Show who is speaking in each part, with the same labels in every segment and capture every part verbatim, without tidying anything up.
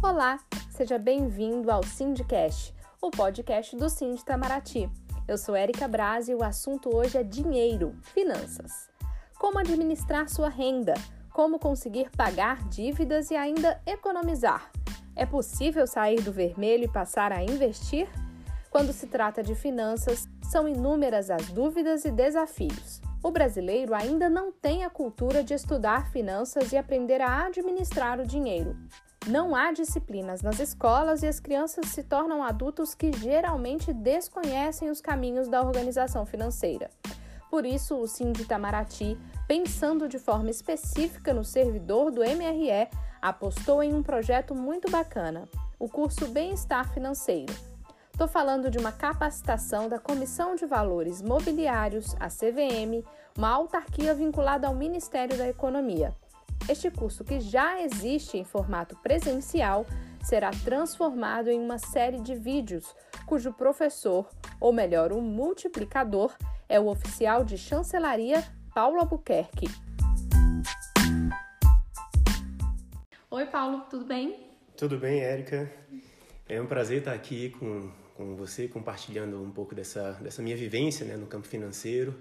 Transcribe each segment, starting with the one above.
Speaker 1: Olá, seja bem-vindo ao Sindicast, o podcast do Sind Itamaraty. Eu sou Érica Braz e o assunto hoje é dinheiro, finanças. Como administrar sua renda, como conseguir pagar dívidas e ainda economizar. É possível sair do vermelho e passar a investir? Quando se trata de finanças, são inúmeras as dúvidas e desafios. O brasileiro ainda não tem a cultura de estudar finanças e aprender a administrar o dinheiro. Não há disciplinas nas escolas e as crianças se tornam adultos que geralmente desconhecem os caminhos da organização financeira. Por isso, o Sind Itamaraty, pensando de forma específica no servidor do M R E, apostou em um projeto muito bacana, o curso Bem-Estar Financeiro. Estou falando de uma capacitação da Comissão de Valores Mobiliários, a C V M, uma autarquia vinculada ao Ministério da Economia. Este curso, que já existe em formato presencial, será transformado em uma série de vídeos, cujo professor, ou melhor, o multiplicador, é o oficial de chancelaria Paulo Albuquerque. Oi, Paulo, tudo bem?
Speaker 2: Tudo bem, Érica. É um prazer estar aqui com, com você, compartilhando um pouco dessa, dessa minha vivência, né, no campo financeiro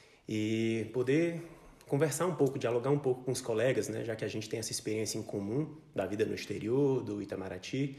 Speaker 2: e poder conversar um pouco, dialogar um pouco com os colegas, né, já que a gente tem essa experiência em comum da vida no exterior, do Itamaraty,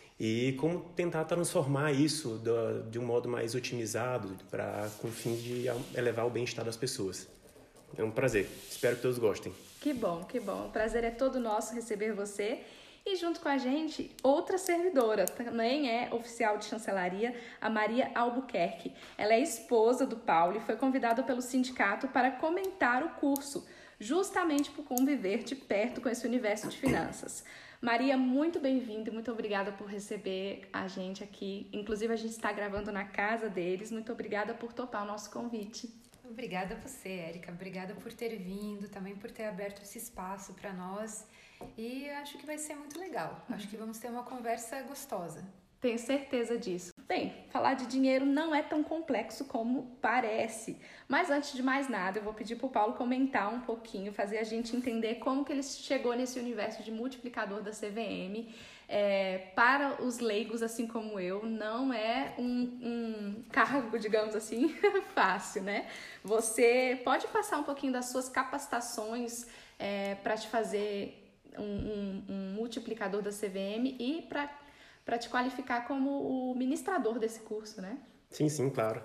Speaker 2: e como tentar transformar isso do, de um modo mais otimizado para com o fim de elevar o bem-estar das pessoas. É um prazer. Espero que todos gostem.
Speaker 1: Que bom, que bom. O prazer é todo nosso receber você. E junto com a gente, outra servidora, também é oficial de chancelaria, a Maria Albuquerque. Ela é esposa do Paulo e foi convidada pelo sindicato para comentar o curso, justamente por conviver de perto com esse universo de finanças. Maria, muito bem-vinda e muito obrigada por receber a gente aqui. Inclusive, a gente está gravando na casa deles. Muito obrigada por topar o nosso convite.
Speaker 3: Obrigada a você, Érica. Obrigada por ter vindo, também por ter aberto esse espaço para nós. E acho que vai ser muito legal. Acho que vamos ter uma conversa gostosa.
Speaker 1: Tenho certeza disso. Bem, falar de dinheiro não é tão complexo como parece. Mas antes de mais nada, eu vou pedir para o Paulo comentar um pouquinho, fazer a gente entender como que ele chegou nesse universo de multiplicador da C V M. É, para os leigos, assim como eu, não é um, um cargo, digamos assim, fácil, né? Você pode passar um pouquinho das suas capacitações é, para te fazer um, um, um multiplicador da C V M e para para te qualificar como o ministrador desse curso, né?
Speaker 2: Sim, sim, claro.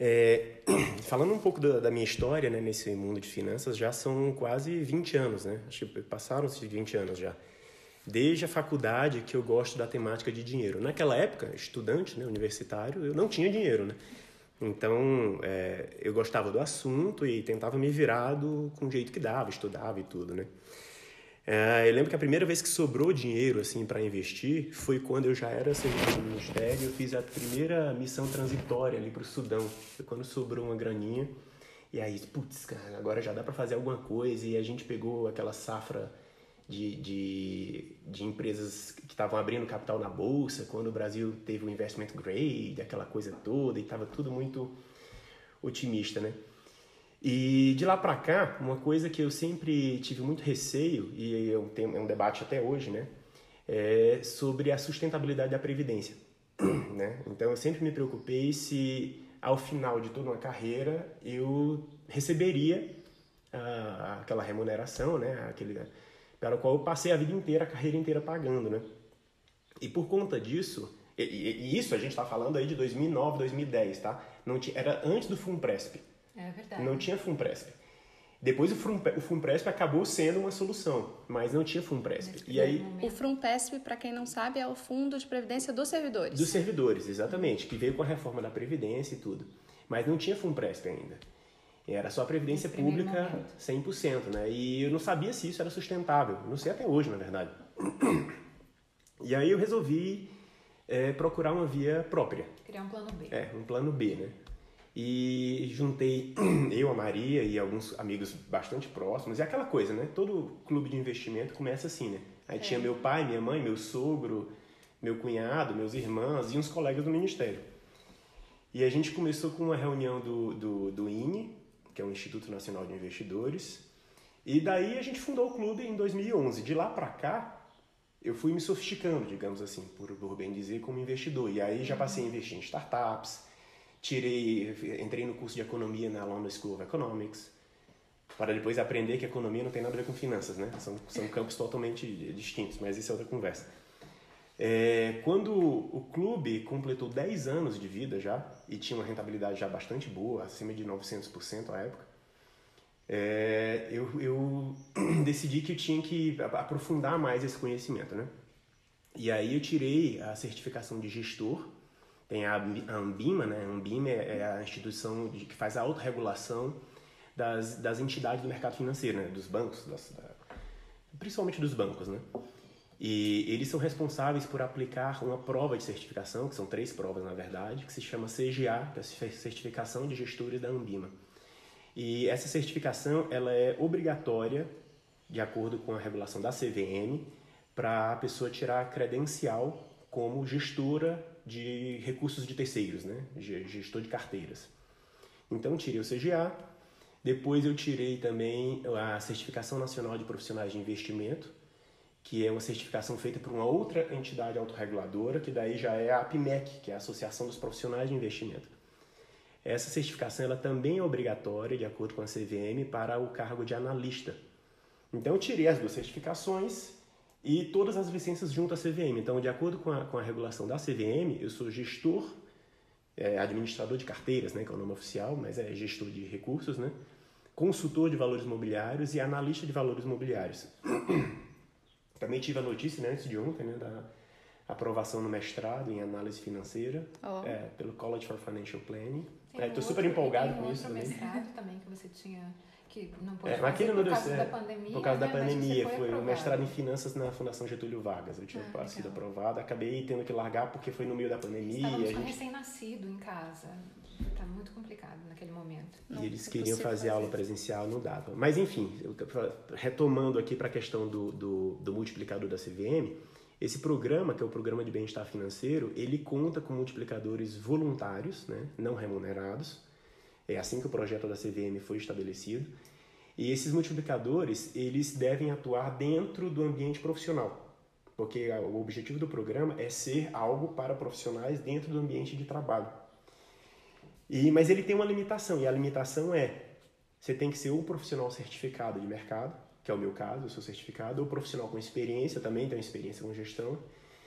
Speaker 2: É, falando um pouco da, da minha história, né, nesse mundo de finanças, já são quase vinte anos, né? Acho que passaram-se vinte anos já. Desde a faculdade que eu gosto da temática de dinheiro. Naquela época, estudante, né, universitário, eu não tinha dinheiro, né? Então, é, eu gostava do assunto e tentava me virar do, com o jeito que dava, estudava e tudo, né? É, eu lembro que a primeira vez que sobrou dinheiro assim, para investir foi quando eu já era servidor do Ministério. Eu fiz a primeira missão transitória ali para o Sudão. Foi quando sobrou uma graninha. E aí, putz, cara, agora já dá para fazer alguma coisa. E a gente pegou aquela safra de, de, de empresas que estavam abrindo capital na Bolsa, quando o Brasil teve o investment grade, aquela coisa toda, e estava tudo muito otimista, né? E de lá para cá, uma coisa que eu sempre tive muito receio, e é um, tema, é um debate até hoje, né, é sobre a sustentabilidade da Previdência. Né? Então eu sempre me preocupei se ao final de toda uma carreira eu receberia ah, aquela remuneração, né, aquele, para o qual eu passei a vida inteira, a carreira inteira pagando. Né? E por conta disso, e, e isso a gente está falando aí de dois mil e nove, dois mil e dez, tá? Não tinha, era antes do FUNPRESP.
Speaker 3: É verdade.
Speaker 2: Não tinha FUNPRESP. Depois o FUNPRESP acabou sendo uma solução, mas não tinha FUNPRESP. E aí,
Speaker 1: o FUNPRESP, para quem não sabe, é o Fundo de Previdência dos Servidores.
Speaker 2: Dos servidores, exatamente, que veio com a reforma da Previdência e tudo. Mas não tinha FUNPRESP ainda. Era só a Previdência Pública momento. cem por cento, né? E eu não sabia se isso era sustentável. Não sei até hoje, na verdade. E aí eu resolvi é, procurar uma via própria.
Speaker 3: Criar um plano B.
Speaker 2: É, um plano B, né? E juntei eu, a Maria e alguns amigos bastante próximos. E aquela coisa, né? Todo clube de investimento começa assim, né? Aí é. tinha meu pai, minha mãe, meu sogro, meu cunhado, meus irmãos e uns colegas do Ministério. E a gente começou com uma reunião do, do, do I N E, que é o Instituto Nacional de Investidores. E daí a gente fundou o clube em dois mil e onze. De lá para cá, eu fui me sofisticando, digamos assim, por, por bem dizer, como investidor. E aí já passei a investir em startups, tirei, entrei no curso de economia na London School of Economics, para depois aprender que economia não tem nada a ver com finanças, né? São, são campos totalmente distintos, mas isso é outra conversa. É, quando o clube completou dez anos de vida já, e tinha uma rentabilidade já bastante boa, acima de novecentos por cento à época, é, eu, eu decidi que eu tinha que aprofundar mais esse conhecimento, né? E aí eu tirei a certificação de gestor, tem a Anbima, né? A Anbima é a instituição que faz a autorregulação das, das entidades do mercado financeiro, né? Dos bancos, das, da, principalmente dos bancos, né? E eles são responsáveis por aplicar uma prova de certificação, que são três provas na verdade, que se chama C G A, que é a Certificação de Gestores da Anbima. E essa certificação ela é obrigatória, de acordo com a regulação da C V M, para a pessoa tirar a credencial como gestora de recursos de terceiros, né? Gestor de carteiras. Então, tirei o C G A, depois eu tirei também a Certificação Nacional de Profissionais de Investimento, que é uma certificação feita por uma outra entidade autorreguladora, que daí já é a APMEC, que é a Associação dos Profissionais de Investimento. Essa certificação ela também é obrigatória, de acordo com a C V M, para o cargo de analista. Então, eu tirei as duas certificações e todas as licenças junto à C V M. Então, de acordo com a, com a regulação da C V M, eu sou gestor, é, administrador de carteiras, né, que é o nome oficial, mas é gestor de recursos, né, consultor de valores imobiliários e analista de valores imobiliários. Também tive a notícia, né, antes de ontem, né, da aprovação no mestrado em análise financeira, oh. é, pelo College for Financial Planning. Estou um super empolgado com isso também.
Speaker 3: Tem um mestrado também que você tinha, que não pôde
Speaker 2: é,
Speaker 3: fazer
Speaker 2: por
Speaker 3: causa
Speaker 2: é,
Speaker 3: da pandemia.
Speaker 2: Por causa
Speaker 3: né?
Speaker 2: da pandemia, foi o mestrado em
Speaker 3: finanças
Speaker 2: finanças na Fundação Getúlio Vargas. Eu tinha
Speaker 3: ah,
Speaker 2: sido aprovado, acabei tendo que largar porque foi no meio da pandemia.
Speaker 3: Estávamos
Speaker 2: a gente...
Speaker 3: recém-nascido em casa. Está muito complicado naquele momento.
Speaker 2: E não, eles queriam fazer, fazer aula presencial, não dava. Mas enfim, eu, retomando aqui para a questão do, do, do multiplicador da C V M, esse programa, que é o Programa de Bem-Estar Financeiro, ele conta com multiplicadores voluntários, né, não remunerados. É assim que o projeto da C V M foi estabelecido. E esses multiplicadores, eles devem atuar dentro do ambiente profissional, porque o objetivo do programa é ser algo para profissionais dentro do ambiente de trabalho. E, mas ele tem uma limitação, e a limitação é, você tem que ser um profissional certificado de mercado, que é o meu caso, eu sou certificado, ou profissional com experiência, também tenho experiência com gestão.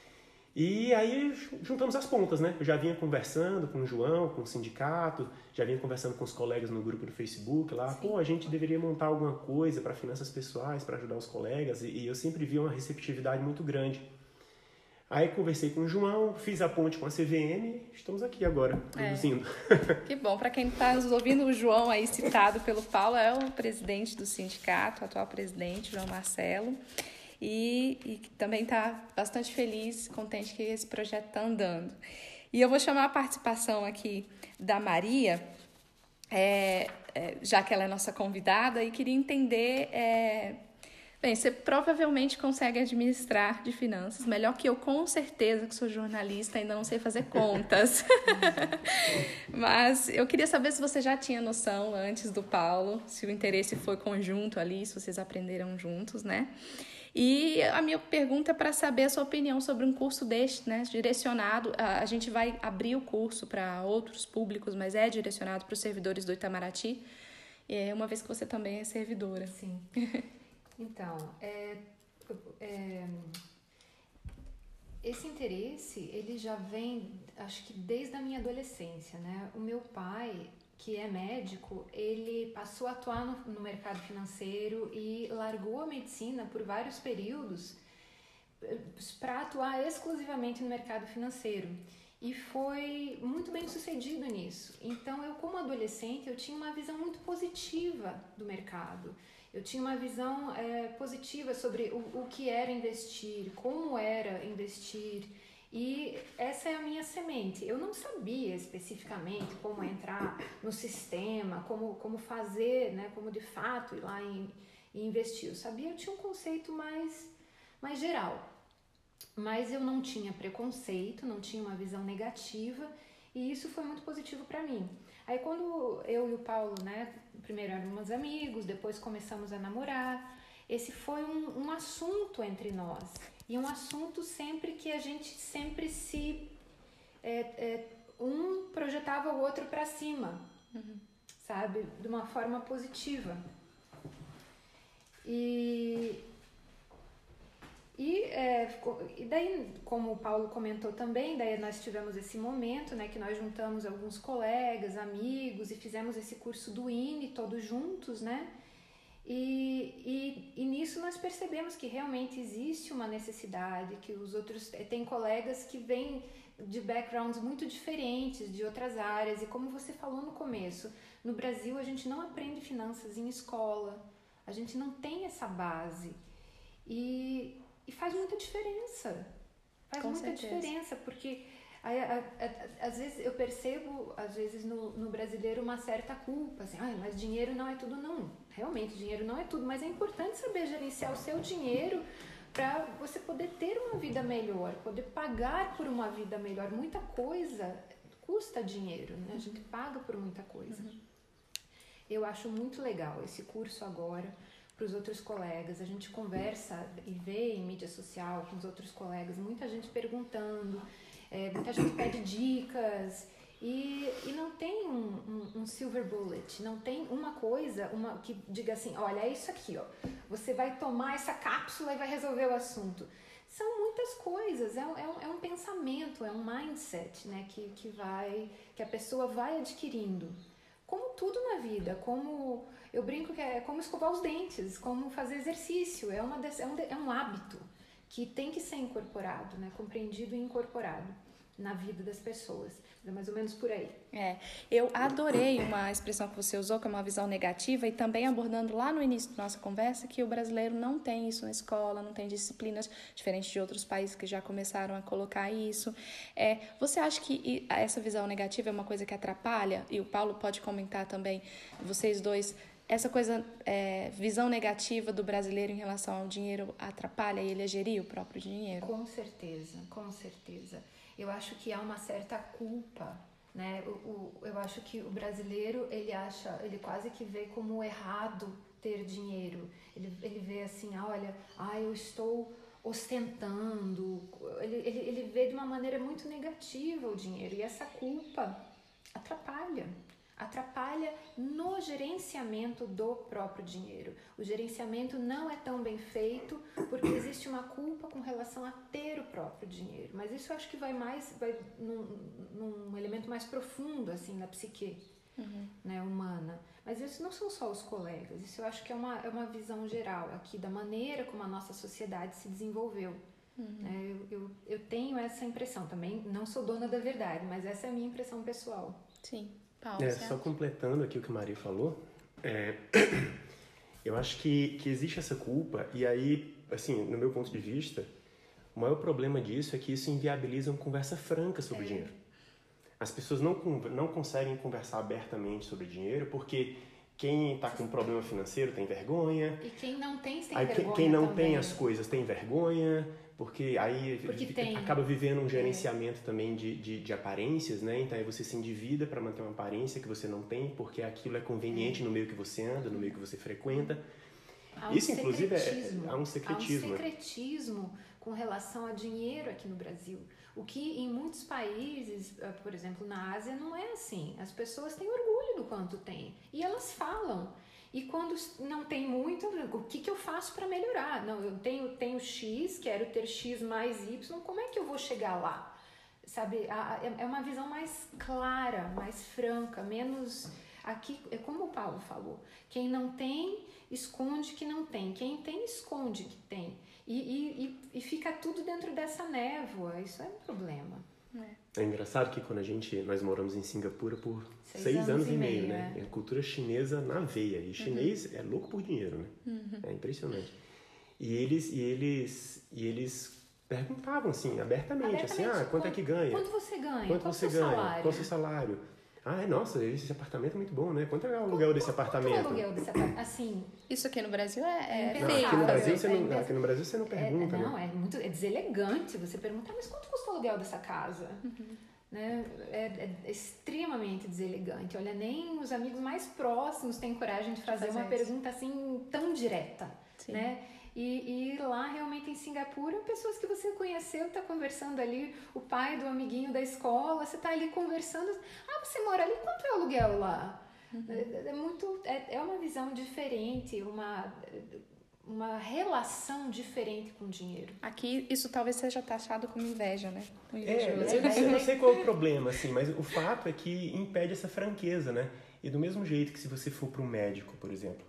Speaker 2: E aí juntamos as pontas, né? Eu já vinha conversando com o João, com o sindicato, já vinha conversando com os colegas no grupo do Facebook lá, Sim. pô, a gente deveria montar alguma coisa para finanças pessoais, para ajudar os colegas, e, e eu sempre vi uma receptividade muito grande. Aí conversei com o João, fiz a ponte com a C V M, estamos aqui agora, produzindo.
Speaker 1: É. Que bom, para quem está nos ouvindo, o João aí citado pelo Paulo é o presidente do sindicato, o atual presidente, João Marcelo, e, e também está bastante feliz, contente que esse projeto está andando. E eu vou chamar a participação aqui da Maria, é, é, já que ela é nossa convidada, e queria entender... É, Bem, você provavelmente consegue administrar de finanças melhor que eu, com certeza, que sou jornalista, ainda não sei fazer contas. Mas eu queria saber se você já tinha noção antes do Paulo, se o interesse foi conjunto ali, se vocês aprenderam juntos, né? E a minha pergunta é para saber a sua opinião sobre um curso deste, né? Direcionado, a, a gente vai abrir o curso para outros públicos, mas é direcionado para os servidores do Itamaraty, é, uma vez que você também é servidora.
Speaker 3: Sim. Então, é, é, esse interesse, ele já vem, acho que desde a minha adolescência, né? O meu pai, que é médico, ele passou a atuar no, no mercado financeiro e largou a medicina por vários períodos para atuar exclusivamente no mercado financeiro. E foi muito bem sucedido nisso. Então, eu como adolescente, eu tinha uma visão muito positiva do mercado. Eu tinha uma visão é, positiva sobre o, o que era investir, como era investir, e essa é a minha semente. Eu não sabia especificamente como entrar no sistema, como, como fazer, né, como de fato ir lá e, e investir. Eu sabia, eu tinha um conceito mais, mais geral, mas eu não tinha preconceito, não tinha uma visão negativa, e isso foi muito positivo para mim. Aí quando eu e o Paulo, né, primeiro éramos amigos, depois começamos a namorar, esse foi um, um assunto entre nós. E um assunto sempre que a gente sempre se... É, é, um projetava o outro para cima, uhum. sabe? De uma forma positiva. E... E, é, e daí, como o Paulo comentou também, daí nós tivemos esse momento, né, que nós juntamos alguns colegas, amigos e fizemos esse curso do I N E todos juntos, né? E, e, e nisso nós percebemos que realmente existe uma necessidade, que os outros... Tem colegas que vêm de backgrounds muito diferentes, de outras áreas, e como você falou no começo, no Brasil a gente não aprende finanças em escola, a gente não tem essa base. E... E faz muita diferença, faz
Speaker 1: Com
Speaker 3: muita
Speaker 1: certeza.
Speaker 3: diferença, porque a, a, a, às vezes eu percebo, às vezes no, no brasileiro, uma certa culpa, assim, ah, mas dinheiro não é tudo, não, realmente dinheiro não é tudo, mas é importante saber gerenciar o seu dinheiro para você poder ter uma vida melhor, poder pagar por uma vida melhor. Muita coisa custa dinheiro, né? A gente paga por muita coisa. Uhum. Eu acho muito legal esse curso agora, para os outros colegas, a gente conversa e vê em mídia social com os outros colegas, muita gente perguntando, é, muita gente pede dicas e, e não tem um, um, um silver bullet, não tem uma coisa uma, que diga assim, olha, é isso aqui, ó, você vai tomar essa cápsula e vai resolver o assunto. São muitas coisas, é, é, é um pensamento, é um mindset, né, que, que, vai, que a pessoa vai adquirindo. Como tudo na vida, como eu brinco que é como escovar os dentes, como fazer exercício, é, uma, é, um, é um hábito que tem que ser incorporado, né? Compreendido e incorporado na vida das pessoas. É mais ou menos por aí.
Speaker 1: É, eu adorei uma expressão que você usou, que é uma visão negativa, e também abordando lá no início da nossa conversa que o brasileiro não tem isso na escola, não tem disciplinas, diferente de outros países que já começaram a colocar isso. É, você acha que essa visão negativa é uma coisa que atrapalha? E o Paulo pode comentar também, vocês dois, essa coisa, é, visão negativa do brasileiro em relação ao dinheiro atrapalha ele a gerir o próprio dinheiro?
Speaker 3: Com certeza, com certeza. Eu acho que há uma certa culpa, né? O, o, eu acho que o brasileiro, ele acha, ele quase que vê como errado ter dinheiro. Ele, ele vê assim, olha, ah, eu estou ostentando. Ele, ele, ele vê de uma maneira muito negativa o dinheiro. E essa culpa atrapalha. Atrapalha no gerenciamento do próprio dinheiro. O gerenciamento não é tão bem feito porque existe uma culpa com relação a ter o próprio dinheiro. Mas isso eu acho que vai mais, vai num, num elemento mais profundo, assim, na psique, uhum. né, humana. Mas isso não são só os colegas, isso eu acho que é uma, é uma visão geral aqui da maneira como a nossa sociedade se desenvolveu. Uhum. Né? Eu, eu, eu tenho essa impressão também, não sou dona da verdade, mas essa é a minha impressão pessoal.
Speaker 1: Sim. Paulo,
Speaker 2: é, só completando aqui o que a Maria falou, é, eu acho que, que existe essa culpa, e aí, assim, no meu ponto de vista, o maior problema disso é que isso inviabiliza uma conversa franca sobre é. dinheiro. As pessoas não, não conseguem conversar abertamente sobre dinheiro porque quem está com problema financeiro tem vergonha.
Speaker 3: E quem não tem, tem
Speaker 2: aí,
Speaker 3: vergonha
Speaker 2: Quem não
Speaker 3: também.
Speaker 2: tem as coisas tem vergonha, porque aí
Speaker 3: porque
Speaker 2: vi,
Speaker 3: tem.
Speaker 2: acaba vivendo um gerenciamento é. também de, de, de aparências, né? Então aí você se endivida para manter uma aparência que você não tem, porque aquilo é conveniente é. no meio que você anda, no meio que você frequenta.
Speaker 3: Há um
Speaker 2: Isso, inclusive,
Speaker 3: secretismo.
Speaker 2: é, há um secretismo.
Speaker 3: Há um secretismo com relação a dinheiro aqui no Brasil. O que em muitos países, por exemplo, na Ásia, não é assim. As pessoas têm orgulho do quanto têm. E elas falam. E quando não tem muito, o que, que eu faço para melhorar? Não, eu tenho, tenho X, quero ter X mais Y, como é que eu vou chegar lá? Sabe, é uma visão mais clara, mais franca, menos... Aqui, é como o Paulo falou, quem não tem, esconde que não tem. Quem tem, esconde que tem. E, e, e fica tudo dentro dessa névoa. Isso é um problema.
Speaker 2: É, é engraçado que quando a gente... Nós moramos em Singapura por seis, seis anos, anos e meio, meio né? É. É cultura chinesa na veia. E chinês uhum. é louco por dinheiro, né? Uhum. É impressionante. E eles, e, eles, e eles perguntavam, assim, abertamente, abertamente assim, ah, quanto, quanto é que ganha?
Speaker 3: Quanto você ganha?
Speaker 2: Quanto
Speaker 3: Qual
Speaker 2: você
Speaker 3: ganha?
Speaker 2: Salário? Qual o seu salário? Ah, nossa, esse apartamento é muito bom, né? Quanto é o aluguel
Speaker 3: quanto,
Speaker 2: desse apartamento?
Speaker 3: Quanto é o aluguel desse apartamento? Assim...
Speaker 1: Isso aqui no Brasil é, é
Speaker 2: não,
Speaker 1: feio.
Speaker 2: Aqui no Brasil,
Speaker 3: é,
Speaker 2: você não, aqui no Brasil você não pergunta,
Speaker 3: é,
Speaker 2: né?
Speaker 3: Não, é, muito, é deselegante você perguntar, mas quanto custa o aluguel dessa casa? Uhum. Né? É, é extremamente deselegante. Olha, nem os amigos mais próximos têm coragem de fazer, fazer uma isso. pergunta assim tão direta. Sim. Né? E, e lá realmente em Singapura, pessoas que você conheceu, está conversando ali, o pai do amiguinho da escola, você está ali conversando, ah, você mora ali, quanto é o aluguel lá? Uhum. É, é, muito, é, é uma visão diferente, uma, uma relação diferente com o dinheiro.
Speaker 1: Aqui isso talvez seja taxado como inveja, né?
Speaker 2: É, eu não, sei, eu não sei qual é o problema, assim, mas o fato é que impede essa franqueza, né? E do mesmo jeito que se você for para um médico, por exemplo,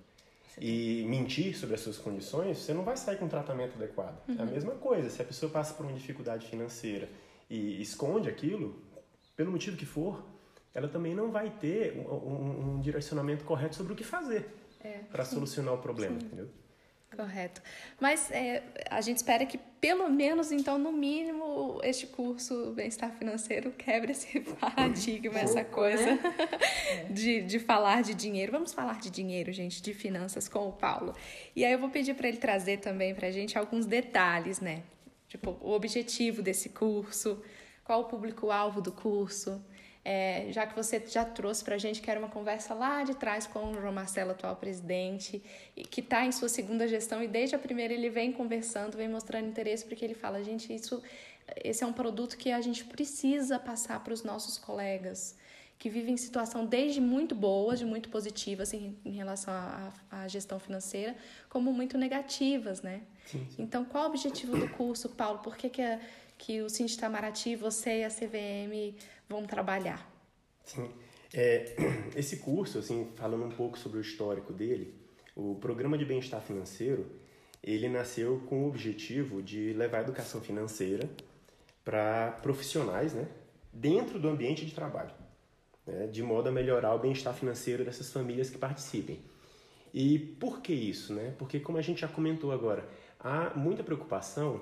Speaker 2: e mentir sobre as suas condições, você não vai sair com um tratamento adequado. Uhum. É a mesma coisa, se a pessoa passa por uma dificuldade financeira e esconde aquilo, pelo motivo que for, ela também não vai ter um, um, um direcionamento correto sobre o que fazer é, para solucionar o problema, sim. Entendeu?
Speaker 1: Correto. Mas é, a gente espera que, pelo menos, então, no mínimo, este curso Bem-Estar Financeiro quebre esse paradigma, essa coisa né? de, de falar de dinheiro. Vamos falar de dinheiro, gente, de finanças com o Paulo. E aí eu vou pedir para ele trazer também para a gente alguns detalhes, né? Tipo, o objetivo desse curso, qual o público-alvo do curso. É, já que você já trouxe para a gente que era uma conversa lá de trás com o João Marcelo, atual presidente, e que está em sua segunda gestão, e desde a primeira ele vem conversando, vem mostrando interesse, porque ele fala, gente, isso, esse é um produto que a gente precisa passar para os nossos colegas, que vivem situação desde muito boas, de muito positivas em, em relação à, à gestão financeira, como muito negativas, né?
Speaker 2: Sim, sim.
Speaker 1: Então, qual o objetivo do curso, Paulo? Por que, que, a, que o Síndico Itamaraty, você e a C V M vão trabalhar?
Speaker 2: Sim. É, esse curso, assim, falando um pouco sobre o histórico dele, o Programa de Bem-Estar Financeiro, ele nasceu com o objetivo de levar a educação financeira para profissionais, né, dentro do ambiente de trabalho, né, de modo a melhorar o bem-estar financeiro dessas famílias que participem. E por que isso? Né? Porque, como a gente já comentou agora, há muita preocupação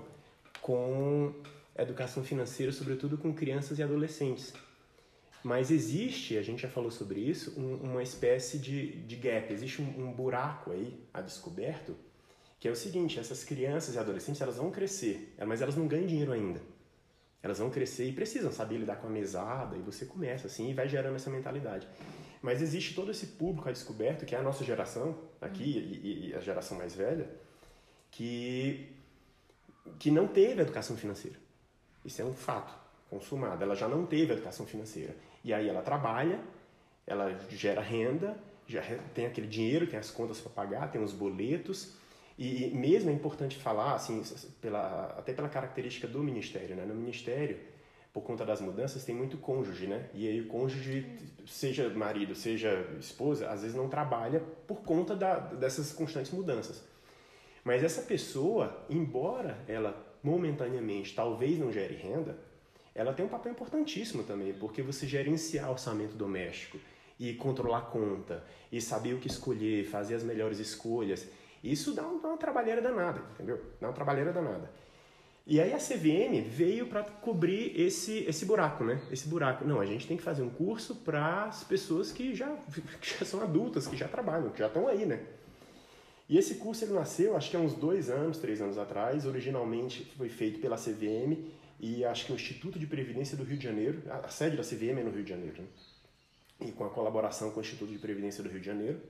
Speaker 2: com a educação financeira, sobretudo com crianças e adolescentes. Mas existe, a gente já falou sobre isso, um, uma espécie de, de gap, existe um, um buraco aí a descoberto, que é o seguinte, essas crianças e adolescentes, elas vão crescer, mas elas não ganham dinheiro ainda. Elas vão crescer e precisam saber lidar com a mesada, e você começa assim e vai gerando essa mentalidade. Mas existe todo esse público a descoberto, que é a nossa geração aqui, uhum. e, e a geração mais velha, que, que não teve educação financeira. Isso é um fato consumado. Ela já não teve educação financeira. E aí ela trabalha, ela gera renda, já tem aquele dinheiro, tem as contas para pagar, tem os boletos. E mesmo é importante falar, assim, pela, até pela característica do Ministério, né? No Ministério, por conta das mudanças, tem muito cônjuge, né? E aí o cônjuge, seja marido, seja esposa, às vezes não trabalha por conta da, dessas constantes mudanças. Mas essa pessoa, embora ela momentaneamente talvez não gere renda, ela tem um papel importantíssimo também, porque você gerenciar orçamento doméstico e controlar a conta, e saber o que escolher, fazer as melhores escolhas, isso dá uma trabalheira danada, entendeu? Dá uma trabalheira danada. E aí a C V M veio para cobrir esse, esse buraco, né? Esse buraco. Não, a gente tem que fazer um curso para as pessoas que já, que já são adultas, que já trabalham, que já estão aí, né? E esse curso ele nasceu, acho que há uns dois anos, três anos atrás. Originalmente foi feito pela C V M e acho que o Instituto de Previdência do Rio de Janeiro. A sede da C V M é no Rio de Janeiro, né? E com a colaboração com o Instituto de Previdência do Rio de Janeiro.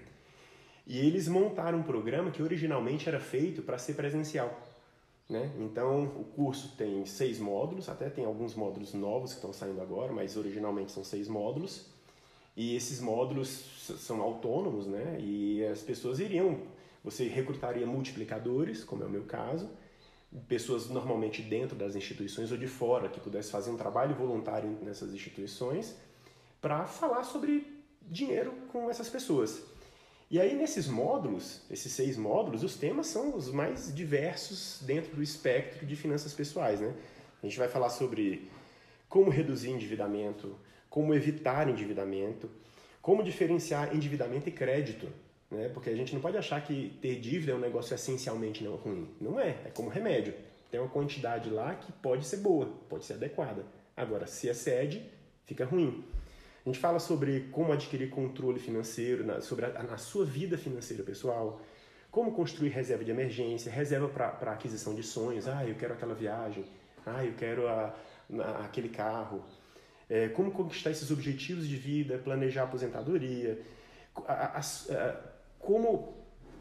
Speaker 2: E eles montaram um programa que originalmente era feito para ser presencial, né? Então, o curso tem seis módulos, até tem alguns módulos novos que estão saindo agora, mas originalmente são seis módulos. E esses módulos são autônomos, né? E as pessoas iriam, você recrutaria multiplicadores, como é o meu caso, pessoas normalmente dentro das instituições ou de fora, que pudessem fazer um trabalho voluntário nessas instituições, para falar sobre dinheiro com essas pessoas. E aí, nesses módulos, esses seis módulos, os temas são os mais diversos dentro do espectro de finanças pessoais, né? A gente vai falar sobre como reduzir endividamento, como evitar endividamento, como diferenciar endividamento e crédito, né? Porque a gente não pode achar que ter dívida é um negócio essencialmente não ruim. Não é, é como remédio. Tem uma quantidade lá que pode ser boa, pode ser adequada. Agora, se excede, fica ruim. A gente fala sobre como adquirir controle financeiro, na, sobre a, na sua vida financeira pessoal, como construir reserva de emergência, reserva para aquisição de sonhos. Ah, eu quero aquela viagem. Ah, eu quero a, a, aquele carro. É, como conquistar esses objetivos de vida, planejar a aposentadoria. A, a, a, como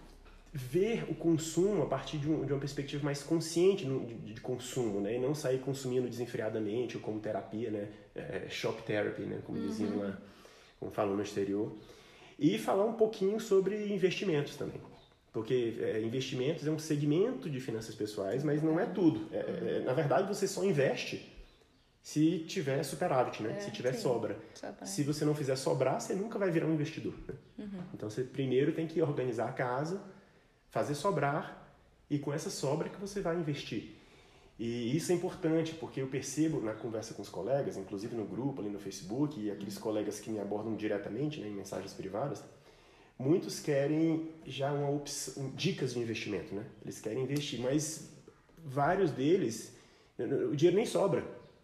Speaker 2: ver o consumo a partir de, um, de uma perspectiva mais consciente no, de, de consumo, né? E não sair consumindo desenfreadamente ou como terapia, né? É, shop therapy, né? Como uhum. diziam lá, como falam no exterior. E falar um pouquinho sobre investimentos também. Porque é, investimentos é um segmento de finanças pessoais, mas não é tudo. É, é, na verdade, você só investe se tiver superávit, né? É, se tiver sim, sobra. sobra. Se você não fizer sobrar, você nunca vai virar um investidor. Né? Uhum. Então, você primeiro tem que organizar a casa, fazer sobrar, e com essa sobra que você vai investir. E isso é importante, porque eu percebo na conversa com os colegas, inclusive no grupo, ali no Facebook, e aqueles uhum. colegas que me abordam diretamente, né, em mensagens privadas, muitos querem já uma opção, dicas de investimento, né? Eles querem investir, mas vários deles, o dinheiro nem sobra.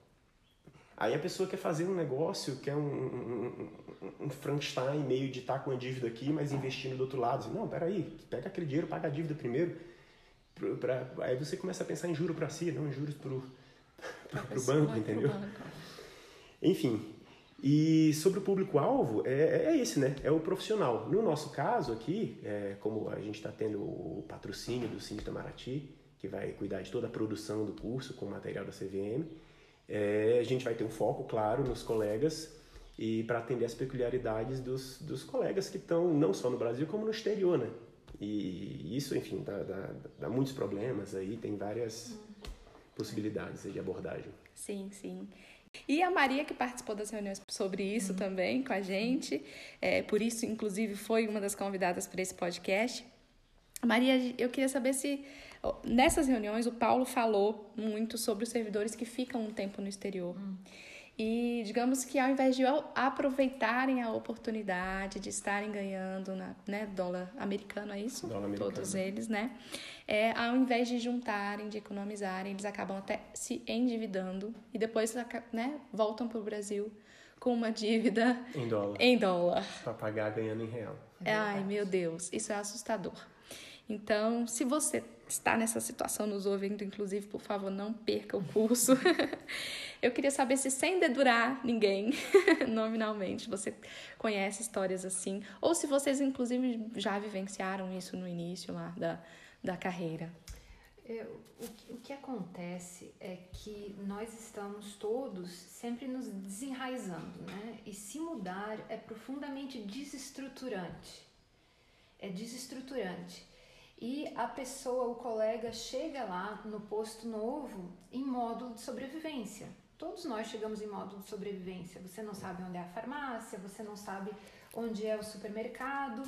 Speaker 2: Aí a pessoa quer fazer um negócio, quer um, um, um Frankenstein meio de estar com a dívida aqui, mas investindo do outro lado. Não, peraí, pega aquele dinheiro, paga a dívida primeiro. Pra, pra, aí você começa a pensar em juros para si, não em juros para o banco, entendeu? Banco. Enfim, e sobre o público-alvo, é, é esse, né? É o profissional. No nosso caso aqui, é, como a gente está tendo o patrocínio do Cine Itamaraty, que vai cuidar de toda a produção do curso com o material da C V M, É, a gente vai ter um foco, claro, nos colegas e para atender as peculiaridades dos, dos colegas que estão não só no Brasil como no exterior, né? E isso, enfim, dá, dá, dá muitos problemas aí, tem várias hum. possibilidades aí de abordagem.
Speaker 1: Sim, sim. E a Maria, que participou das reuniões sobre isso hum. também com a gente, é, por isso, inclusive, foi uma das convidadas para esse podcast. Maria, eu queria saber se nessas reuniões o Paulo falou muito sobre os servidores que ficam um tempo no exterior. Hum. E digamos que ao invés de aproveitarem a oportunidade de estarem ganhando na, né, dólar americano, é isso?
Speaker 2: Dólar americano.
Speaker 1: Todos eles, né? É, ao invés de juntarem, de economizarem, eles acabam até se endividando e depois, né, voltam para o Brasil com uma dívida
Speaker 2: em dólar.
Speaker 1: Em dólar.
Speaker 2: Para pagar ganhando em real.
Speaker 1: É Ai, meu Deus, isso é assustador. Então, se você está nessa situação, nos ouvindo, inclusive, por favor, não perca o curso. Eu queria saber se, sem dedurar ninguém, nominalmente, você conhece histórias assim, ou se vocês, inclusive, já vivenciaram isso no início lá da, da carreira.
Speaker 3: É, o, que, o que acontece é que nós estamos todos sempre nos desenraizando, né? E se mudar é profundamente desestruturante. É desestruturante. E a pessoa, o colega, chega lá no posto novo em módulo de sobrevivência. Todos nós chegamos em módulo de sobrevivência. Você não sabe onde é a farmácia, você não sabe onde é o supermercado.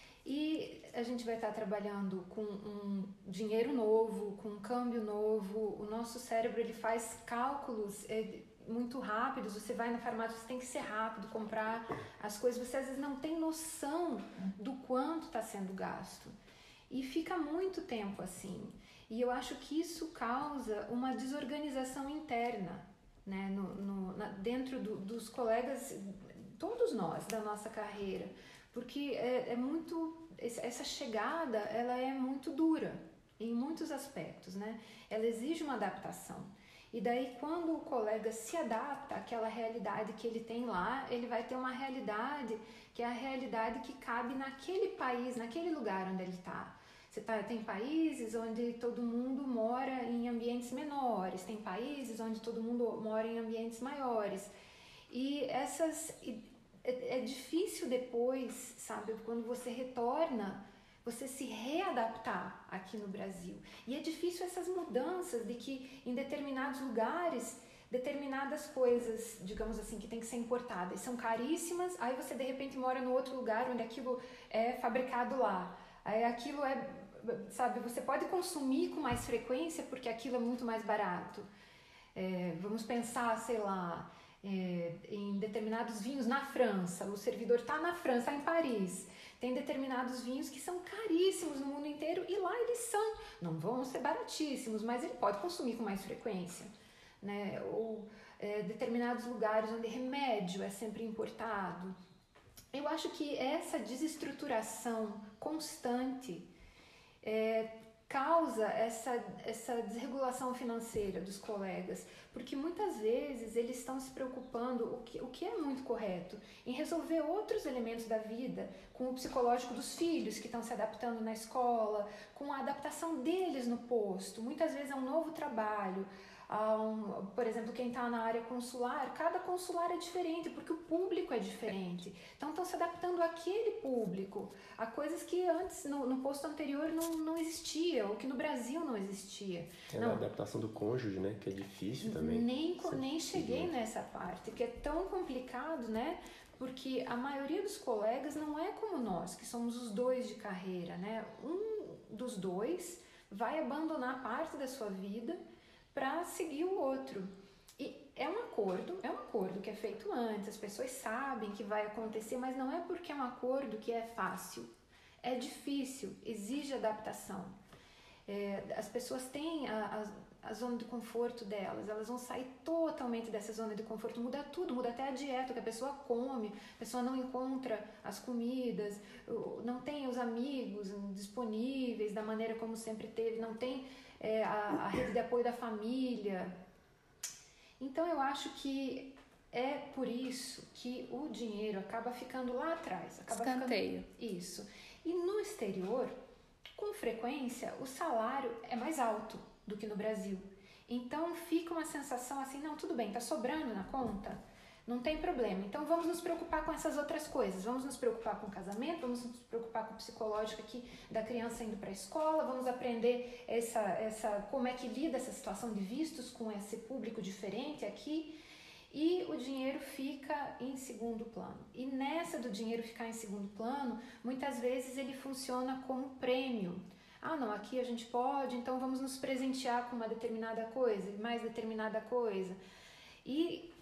Speaker 3: E a gente vai estar trabalhando com um dinheiro novo, com um câmbio novo. O nosso cérebro, ele faz cálculos é, muito rápidos. Você vai na farmácia, você tem que ser rápido, comprar as coisas. Você às vezes não tem noção do quanto está sendo gasto. E fica muito tempo assim. E eu acho que isso causa uma desorganização interna, né? no, no, na, dentro do, dos colegas, todos nós, da nossa carreira. Porque é, é muito, essa chegada, ela é muito dura em muitos aspectos, né? Ela exige uma adaptação. E daí, quando o colega se adapta àquela realidade que ele tem lá, ele vai ter uma realidade que é a realidade que cabe naquele país, naquele lugar onde ele está. Você tá, tem países onde todo mundo mora em ambientes menores, tem países onde todo mundo mora em ambientes maiores. E essas... É, é difícil depois, sabe, quando você retorna, você se readaptar aqui no Brasil. E é difícil essas mudanças de que em determinados lugares, determinadas coisas, digamos assim, que tem que ser importadas, são caríssimas, aí você de repente mora no outro lugar onde aquilo é fabricado lá. Aí aquilo é, sabe, você pode consumir com mais frequência porque aquilo é muito mais barato. É, vamos pensar, sei lá, é, em determinados vinhos na França. O servidor está na França, está em Paris. Tem determinados vinhos que são caríssimos no mundo inteiro e lá eles são, não vão ser baratíssimos, mas ele pode consumir com mais frequência, né? Ou é, determinados lugares onde remédio é sempre importado. Eu acho que essa desestruturação constante é, causa essa, essa desregulação financeira dos colegas, porque muitas vezes eles estão se preocupando, o que, o que é muito correto, em resolver outros elementos da vida, com o psicológico dos filhos que estão se adaptando na escola, com a adaptação deles no posto, muitas vezes é um novo trabalho. Um, por exemplo, quem está na área consular, cada consular é diferente, porque o público é diferente. Então estão se adaptando àquele público, a coisas que antes, no, no posto anterior, não, não existia, ou que no Brasil não existia.
Speaker 2: É
Speaker 3: não,
Speaker 2: a adaptação do cônjuge, né? Que é difícil também.
Speaker 3: Nem, nem cheguei nessa parte, que é tão complicado, né? Porque a maioria dos colegas não é como nós, que somos os dois de carreira, né? Um dos dois vai abandonar parte da sua vida para seguir o outro. E é um acordo, é um acordo que é feito antes, as pessoas sabem que vai acontecer, mas não é porque é um acordo que é fácil. É difícil, exige adaptação. É, as pessoas têm a, a, a zona de conforto delas, elas vão sair totalmente dessa zona de conforto, muda tudo, muda até a dieta, que a pessoa come, a pessoa não encontra as comidas, não tem os amigos disponíveis da maneira como sempre teve, não tem É, a, a rede de apoio da família. Então eu acho que é por isso que o dinheiro acaba ficando lá atrás. Acaba
Speaker 1: Escanteio.
Speaker 3: Ficando... Isso. E no exterior, com frequência, o salário é mais alto do que no Brasil. Então fica uma sensação assim, não, tudo bem, tá sobrando na conta? Não tem problema. Então vamos nos preocupar com essas outras coisas. Vamos nos preocupar com o casamento, vamos nos preocupar com o psicológico aqui da criança indo para a escola, vamos aprender essa, essa, como é que lida essa situação de vistos com esse público diferente aqui. E o dinheiro fica em segundo plano. E nessa do dinheiro ficar em segundo plano, muitas vezes ele funciona como prêmio. Ah, não, aqui a gente pode, então vamos nos presentear com uma determinada coisa, mais determinada coisa. E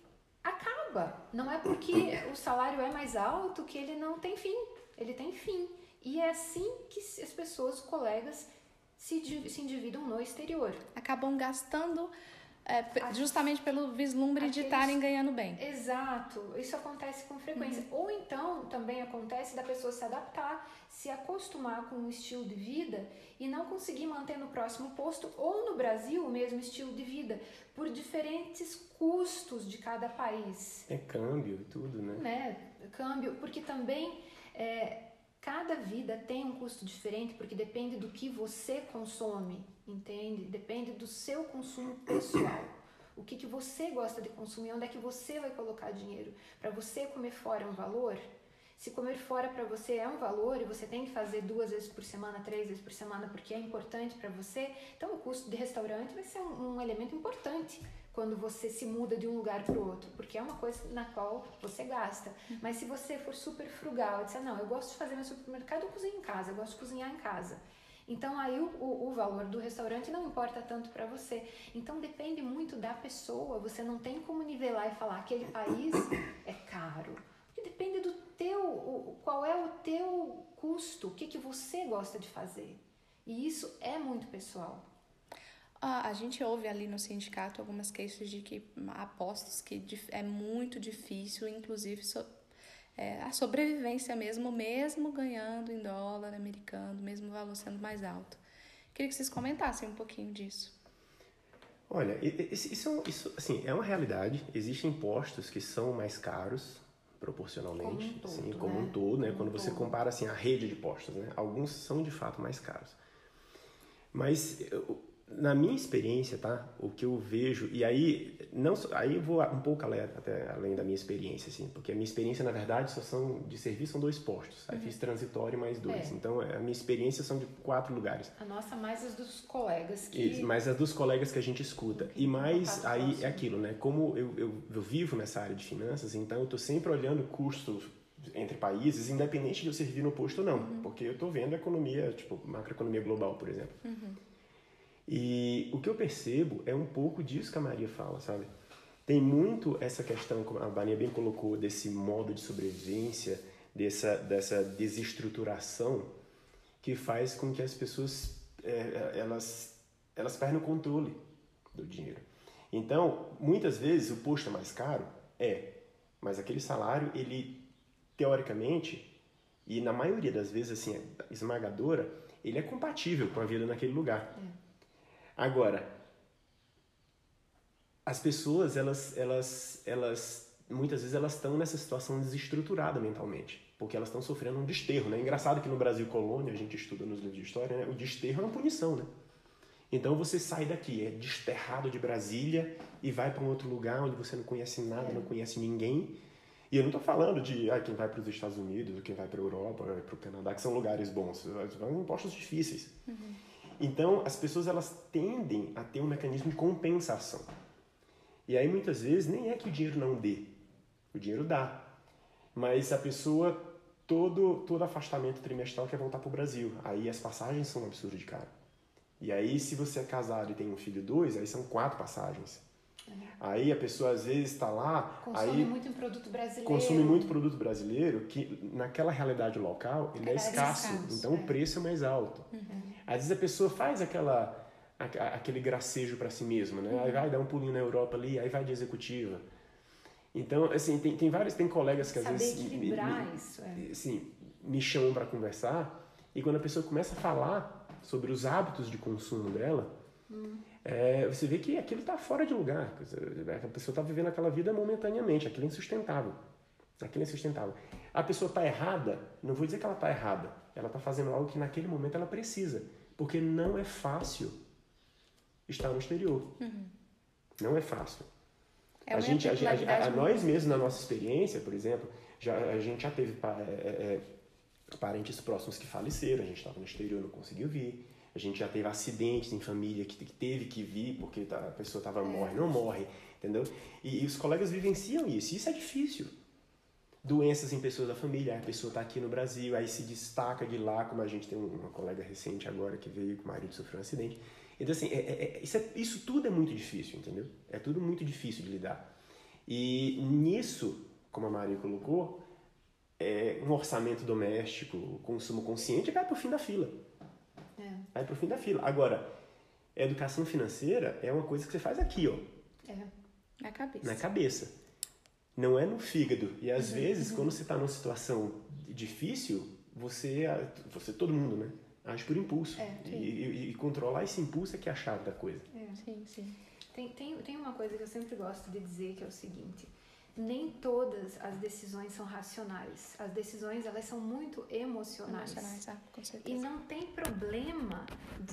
Speaker 3: acaba. Não é porque o salário é mais alto que ele não tem fim. Ele tem fim. E é assim que as pessoas, os colegas, se, se endividam no exterior.
Speaker 1: Acabam gastando é, justamente pelo vislumbre Aqueles... de estarem ganhando bem.
Speaker 3: Exato. Isso acontece com frequência. Uhum. Ou então, também acontece da pessoa se adaptar, se acostumar com um estilo de vida e não conseguir manter no próximo posto ou no Brasil o mesmo estilo de vida, por diferentes custos de cada país.
Speaker 2: É câmbio e tudo, né?
Speaker 3: né? Câmbio, porque também é, cada vida tem um custo diferente, porque depende do que você consome, entende? Depende do seu consumo pessoal. O que, que você gosta de consumir, onde é que você vai colocar dinheiro? Para você comer fora é um valor? Se comer fora para você é um valor e você tem que fazer duas vezes por semana, três vezes por semana porque é importante para você, então o custo de restaurante vai ser um, um elemento importante quando você se muda de um lugar para o outro, porque é uma coisa na qual você gasta. Mas se você for super frugal e disser, não, eu gosto de fazer meu supermercado, eu cozinho em casa, eu gosto de cozinhar em casa. Então aí o, o, o valor do restaurante não importa tanto para você. Então depende muito da pessoa, você não tem como nivelar e falar aquele país é caro. Porque depende do teu, o, qual é o teu custo, o que, que você gosta de fazer. E isso é muito pessoal.
Speaker 1: Ah, a gente ouve ali no sindicato algumas queixas de que apostos que é muito difícil, inclusive so, é, a sobrevivência mesmo, mesmo ganhando em dólar americano, mesmo o valor sendo mais alto. Queria que vocês comentassem um pouquinho disso.
Speaker 2: Olha, isso, isso assim, é uma realidade. Existem impostos que são mais caros, proporcionalmente, como um todo, assim, como né? um todo, né? Como Quando um você todo. compara assim, a rede de postos, né? Alguns são de fato mais caros. Mas eu, na minha experiência, tá? O que eu vejo, e aí não aí eu vou um pouco além, até além da minha experiência, assim, porque a minha experiência, na verdade, só são de serviço são dois postos. Aí uhum. fiz transitório mais dois. É. Então, a minha experiência são de quatro lugares.
Speaker 3: A nossa mais as dos colegas que...
Speaker 2: Isso, mais as dos colegas que a gente escuta. E mais aí é aquilo, né? Como eu, eu, eu vivo nessa área de finanças, então eu tô sempre olhando custos entre países, independente de eu servir no posto ou não. Uhum. Porque eu tô vendo a economia, tipo, macroeconomia global, por exemplo. Uhum. E o que eu percebo é um pouco disso que a Maria fala, sabe? Tem muito essa questão, como a Maria bem colocou, desse modo de sobrevivência, dessa, dessa desestruturação que faz com que as pessoas é, elas, elas perdem o controle do dinheiro. Então, muitas vezes o posto é mais caro? É, mas aquele salário, ele, teoricamente, e na maioria das vezes, assim, esmagadora, ele é compatível com a vida naquele lugar.
Speaker 3: É.
Speaker 2: Agora, as pessoas, elas, elas, elas, muitas vezes elas estão nessa situação desestruturada mentalmente, porque elas estão sofrendo um desterro, né? Engraçado que no Brasil colônia, a gente estuda nos livros de história, né? O desterro é uma punição, né? Então você sai daqui, é desterrado de Brasília e vai para um outro lugar onde você não conhece nada, é. não conhece ninguém. E eu não estou falando de ah, quem vai para os Estados Unidos, quem vai para a Europa, para o Canadá, que são lugares bons, são impostos difíceis. Uhum. Então as pessoas elas tendem a ter um mecanismo de compensação. E aí muitas vezes nem é que o dinheiro não dê, o dinheiro dá. Mas a pessoa, todo, todo afastamento trimestral quer voltar para o Brasil. Aí as passagens são um absurdo de caro. E aí, se você é casado e tem um filho dois, aí são quatro passagens. Uhum. Aí a pessoa às vezes está lá...
Speaker 3: Consome
Speaker 2: aí,
Speaker 3: muito em produto brasileiro.
Speaker 2: Consome muito produto brasileiro que naquela realidade local ele é, é escasso. escasso. Então é. o preço é mais alto. Uhum. Às vezes a pessoa faz aquela, aquele gracejo para si mesma, né? Uhum. Aí vai dar um pulinho na Europa ali, aí vai de executiva. Então, assim, tem, tem vários, tem colegas que às
Speaker 3: Saber
Speaker 2: vezes...
Speaker 3: equilibrar
Speaker 2: me,
Speaker 3: isso, é.
Speaker 2: Assim, me chamam para conversar e quando a pessoa começa a falar sobre os hábitos de consumo dela, hum. é, você vê que aquilo está fora de lugar. A pessoa está vivendo aquela vida momentaneamente, aquilo é insustentável. Aquilo é insustentável. A pessoa está errada, não vou dizer que ela está errada, ela está fazendo algo que naquele momento ela precisa, porque não é fácil estar no exterior. Uhum. Não é fácil. É a gente, a, a, a, nós mesmos, na nossa experiência, por exemplo, já, a gente já teve é, é, parentes próximos que faleceram, a gente estava no exterior, não conseguiu vir. A gente já teve acidentes em família que, que teve que vir porque a pessoa tava, é. morre, não morre, entendeu? E, e os colegas vivenciam isso, isso é difícil. Doenças em pessoas da família, a pessoa está aqui no Brasil, aí se destaca de lá, como a gente tem uma colega recente agora que veio, que o marido sofreu um acidente. Então, assim, é, é, isso, é, isso tudo é muito difícil, entendeu? É tudo muito difícil de lidar. E nisso, como a Maria colocou, é, um orçamento doméstico, consumo consciente, vai para o fim da fila. É. Vai para o fim da fila. Agora, educação financeira é uma coisa que você faz aqui, ó.
Speaker 3: É, na cabeça.
Speaker 2: Na cabeça. Não é no fígado. E às uhum, vezes, uhum. quando você está numa situação difícil, você, você, todo mundo, né? Age por impulso. É, e, e, e controlar esse impulso é que é a chave da coisa.
Speaker 3: É. Sim, sim. Tem, tem, tem uma coisa que eu sempre gosto de dizer, que é o seguinte: nem todas as decisões são racionais. As decisões, elas são muito emocionais.
Speaker 1: Emocionais, ah, com certeza.
Speaker 3: E não tem problema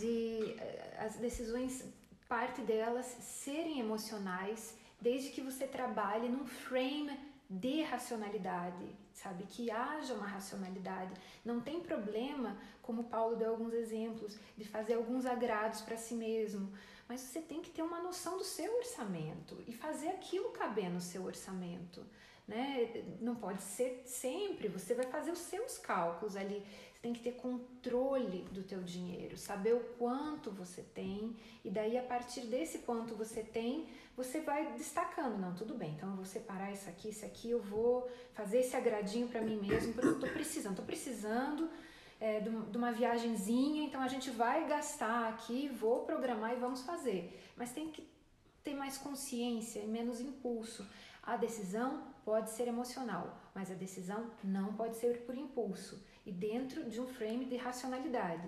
Speaker 3: de as decisões, parte delas, serem emocionais, desde que você trabalhe num frame de racionalidade, sabe? Que haja uma racionalidade. Não tem problema, como o Paulo deu alguns exemplos, de fazer alguns agrados para si mesmo, mas você tem que ter uma noção do seu orçamento e fazer aquilo caber no seu orçamento, né? Não pode ser sempre, você vai fazer os seus cálculos ali, você tem que ter controle do teu dinheiro, saber o quanto você tem, e daí a partir desse quanto você tem, você vai destacando, não, tudo bem, então eu vou separar isso aqui, isso aqui, eu vou fazer esse agradinho para mim mesmo, porque eu tô precisando, tô precisando É, de uma viagenzinha, então a gente vai gastar aqui, vou programar e vamos fazer. Mas tem que ter mais consciência e menos impulso. A decisão pode ser emocional, mas a decisão não pode ser por impulso. E dentro de um frame de racionalidade.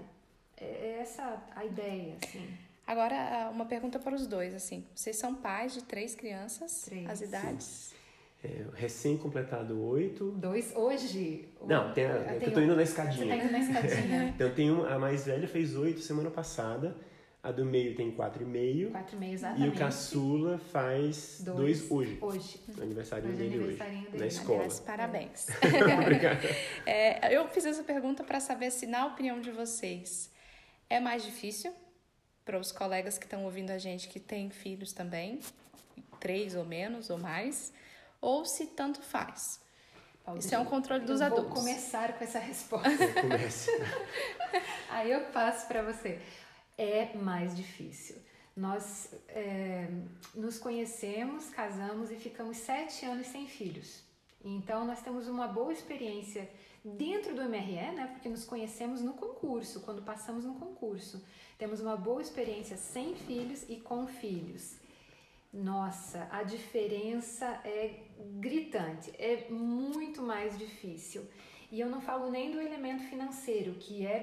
Speaker 3: É essa a ideia, assim.
Speaker 1: Agora, uma pergunta para os dois, assim. Vocês são pais de três crianças? Três. As idades?
Speaker 2: É, recém-completado oito.
Speaker 3: Dois hoje?
Speaker 2: Não, tem a, eu, eu tô indo na escadinha.
Speaker 3: Você tá indo na escadinha.
Speaker 2: Então tem uma, a mais velha fez oito semana passada, a do meio tem quatro e meio.
Speaker 3: Quatro e meio, exatamente.
Speaker 2: E o caçula faz dois, dois hoje.
Speaker 3: Hoje.
Speaker 2: O aniversário
Speaker 3: hoje
Speaker 2: dele
Speaker 3: aniversário
Speaker 2: hoje.
Speaker 3: Dele.
Speaker 2: Na escola.
Speaker 1: Aliás, parabéns.
Speaker 2: Obrigado.
Speaker 1: É, eu fiz essa pergunta para saber se, na opinião de vocês, é mais difícil para os colegas que estão ouvindo a gente que têm filhos também, três ou menos ou mais, ou se tanto faz. Paulo, isso é um controle dos
Speaker 3: eu
Speaker 1: adultos.
Speaker 3: Vou começar com essa resposta.
Speaker 2: Comece.
Speaker 3: Aí eu passo para você. É mais difícil. Nós é, nos conhecemos, casamos e ficamos sete anos sem filhos. Então nós temos uma boa experiência dentro do M R E, né? Porque nos conhecemos no concurso, quando passamos no concurso. Temos uma boa experiência sem filhos e com filhos. Nossa, a diferença é gritante, é muito mais difícil. E eu não falo nem do elemento financeiro, que é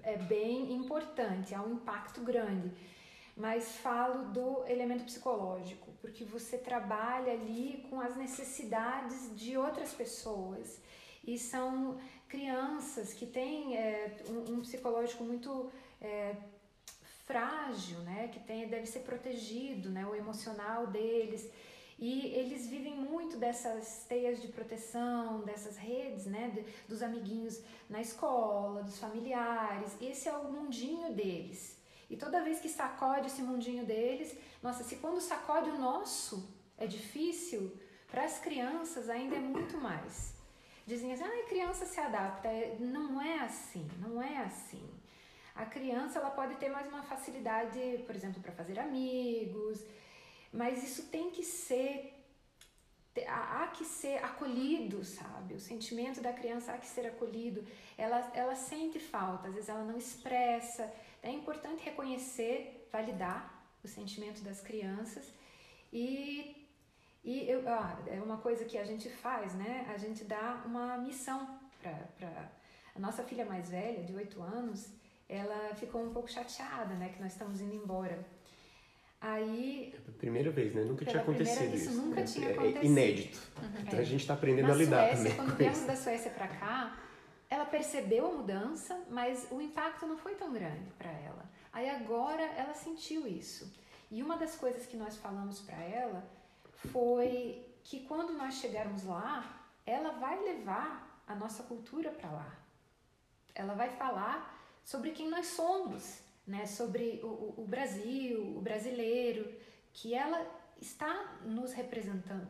Speaker 3: é bem importante, há um impacto grande. Mas falo do elemento psicológico, porque você trabalha ali com as necessidades de outras pessoas. E são crianças que têm é, um, um psicológico muito é, frágil, né? Que tem, deve ser protegido, né? O emocional deles. E eles vivem muito dessas teias de proteção, dessas redes, né? De, dos amiguinhos na escola, dos familiares. Esse é o mundinho deles. E toda vez que sacode esse mundinho deles, nossa, se quando sacode o nosso é difícil, para as crianças ainda é muito mais. Dizem assim, ah, a criança se adapta. Não é assim, não é assim. A criança ela pode ter mais uma facilidade, por exemplo, para fazer amigos, mas isso tem que ser, há que ser acolhido, sabe? O sentimento da criança há que ser acolhido. Ela, ela sente falta, às vezes ela não expressa. É importante reconhecer, validar o sentimento das crianças e, e eu, ah, é uma coisa que a gente faz, né? A gente dá uma missão para a nossa filha mais velha, de oito anos, ela ficou um pouco chateada, né? Que nós estamos indo embora. Aí...
Speaker 2: É a primeira vez, né? Nunca tinha acontecido
Speaker 3: isso.
Speaker 2: isso.
Speaker 3: Nunca
Speaker 2: é,
Speaker 3: tinha
Speaker 2: é,
Speaker 3: acontecido.
Speaker 2: É inédito.
Speaker 3: Uhum.
Speaker 2: Então
Speaker 3: é.
Speaker 2: a gente está aprendendo
Speaker 3: Na
Speaker 2: a lidar
Speaker 3: Suécia,
Speaker 2: também.
Speaker 3: Quando viemos da Suécia para cá, ela percebeu a mudança, mas o impacto não foi tão grande para ela. Aí agora ela sentiu isso. E uma das coisas que nós falamos para ela foi que quando nós chegarmos lá, ela vai levar a nossa cultura para lá. Ela vai falar sobre quem nós somos, né? Sobre o, o Brasil, o brasileiro, que ela está nos representando.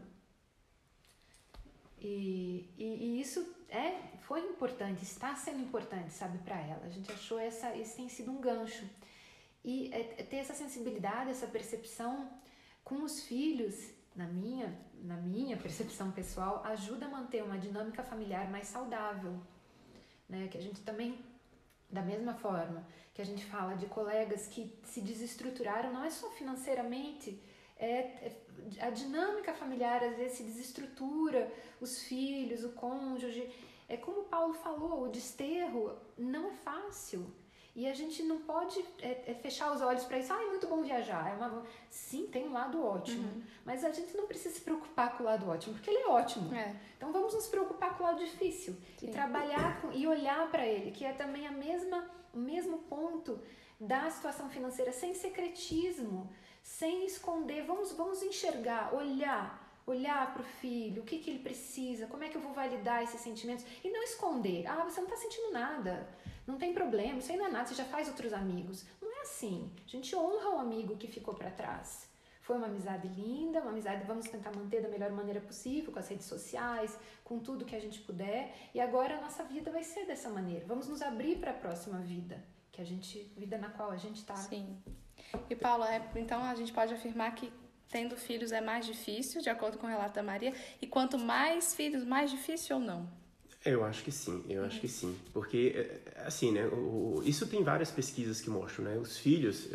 Speaker 3: E, e, e isso é, foi importante, está sendo importante, sabe, para ela. A gente achou essa, esse tem sido um gancho. E é, é ter essa sensibilidade, essa percepção com os filhos, na minha, na minha percepção pessoal, ajuda a manter uma dinâmica familiar mais saudável, né? Que a gente também, da mesma forma que a gente fala de colegas que se desestruturaram, não é só financeiramente, é, é a dinâmica familiar às vezes se desestrutura, os filhos, o cônjuge. É como o Paulo falou, o desterro não é fácil. E a gente não pode é, é fechar os olhos para isso. Ah, é muito bom viajar. É uma... Sim, tem um lado ótimo. Uhum. Mas a gente não precisa se preocupar com o lado ótimo, porque ele é ótimo. É. Então vamos nos preocupar com o lado difícil. Sim. E trabalhar com, e olhar para ele, que é também a mesma, o mesmo ponto da situação financeira, sem secretismo, sem esconder. Vamos, vamos enxergar, olhar. Olhar para o filho, o que, que ele precisa, como é que eu vou validar esses sentimentos. E não esconder. Ah, você não está sentindo nada. Não tem problema, isso aí não é nada, você já faz outros amigos. Não é assim. A gente honra o amigo que ficou para trás. Foi uma amizade linda, uma amizade vamos tentar manter da melhor maneira possível, com as redes sociais, com tudo que a gente puder. E agora a nossa vida vai ser dessa maneira. Vamos nos abrir para a próxima vida, que a gente, vida na qual a gente está.
Speaker 1: Sim. E Paula, é, então a gente pode afirmar que tendo filhos é mais difícil, de acordo com o relato da Maria, e quanto mais filhos, mais difícil ou não?
Speaker 2: Eu acho que sim, eu acho que sim. Porque, assim, né, o, isso tem várias pesquisas que mostram, né? Os filhos,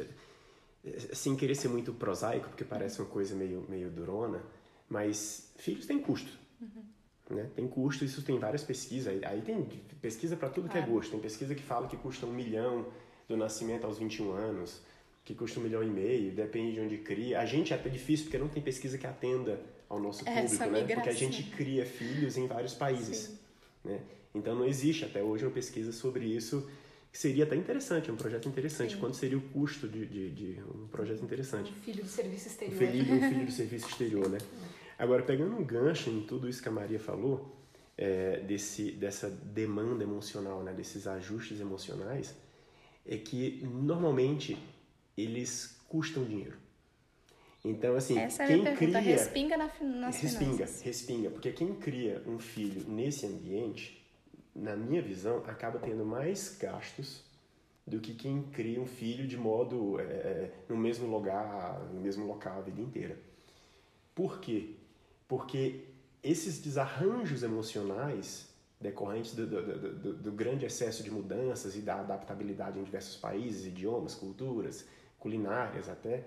Speaker 2: sem querer ser muito prosaico, porque parece uma coisa meio, meio durona, mas filhos têm custo. Uhum. Né? Tem custo, isso tem várias pesquisas. Aí, aí tem pesquisa para tudo claro. Que é gosto. Tem pesquisa que fala que custa um milhão do nascimento aos vinte e um anos, que custa um milhão e meio, depende de onde cria. A gente é até difícil, porque não tem pesquisa que atenda ao nosso público, Essa né? Migração. Porque a gente cria filhos em vários países. Né? Então não existe até hoje uma pesquisa sobre isso, que seria até interessante, um projeto interessante. Sim. Quanto seria o custo de, de, de um projeto interessante?
Speaker 3: Um filho do serviço exterior.
Speaker 2: Um filho, um filho do serviço exterior, né? Agora, pegando um gancho em tudo isso que a Maria falou, é, desse, dessa demanda emocional, né? Desses ajustes emocionais, é que normalmente eles custam dinheiro. Então, assim,
Speaker 1: Essa
Speaker 2: quem
Speaker 1: é a pergunta,
Speaker 2: cria...
Speaker 1: respinga na, nas
Speaker 2: respinga,
Speaker 1: finanças.
Speaker 2: Respinga, porque quem cria um filho nesse ambiente, na minha visão, acaba tendo mais gastos do que quem cria um filho de modo, é, no mesmo lugar, no mesmo local a vida inteira. Por quê? Porque esses desarranjos emocionais decorrentes do, do, do, do grande excesso de mudanças e da adaptabilidade em diversos países, idiomas, culturas, culinárias até,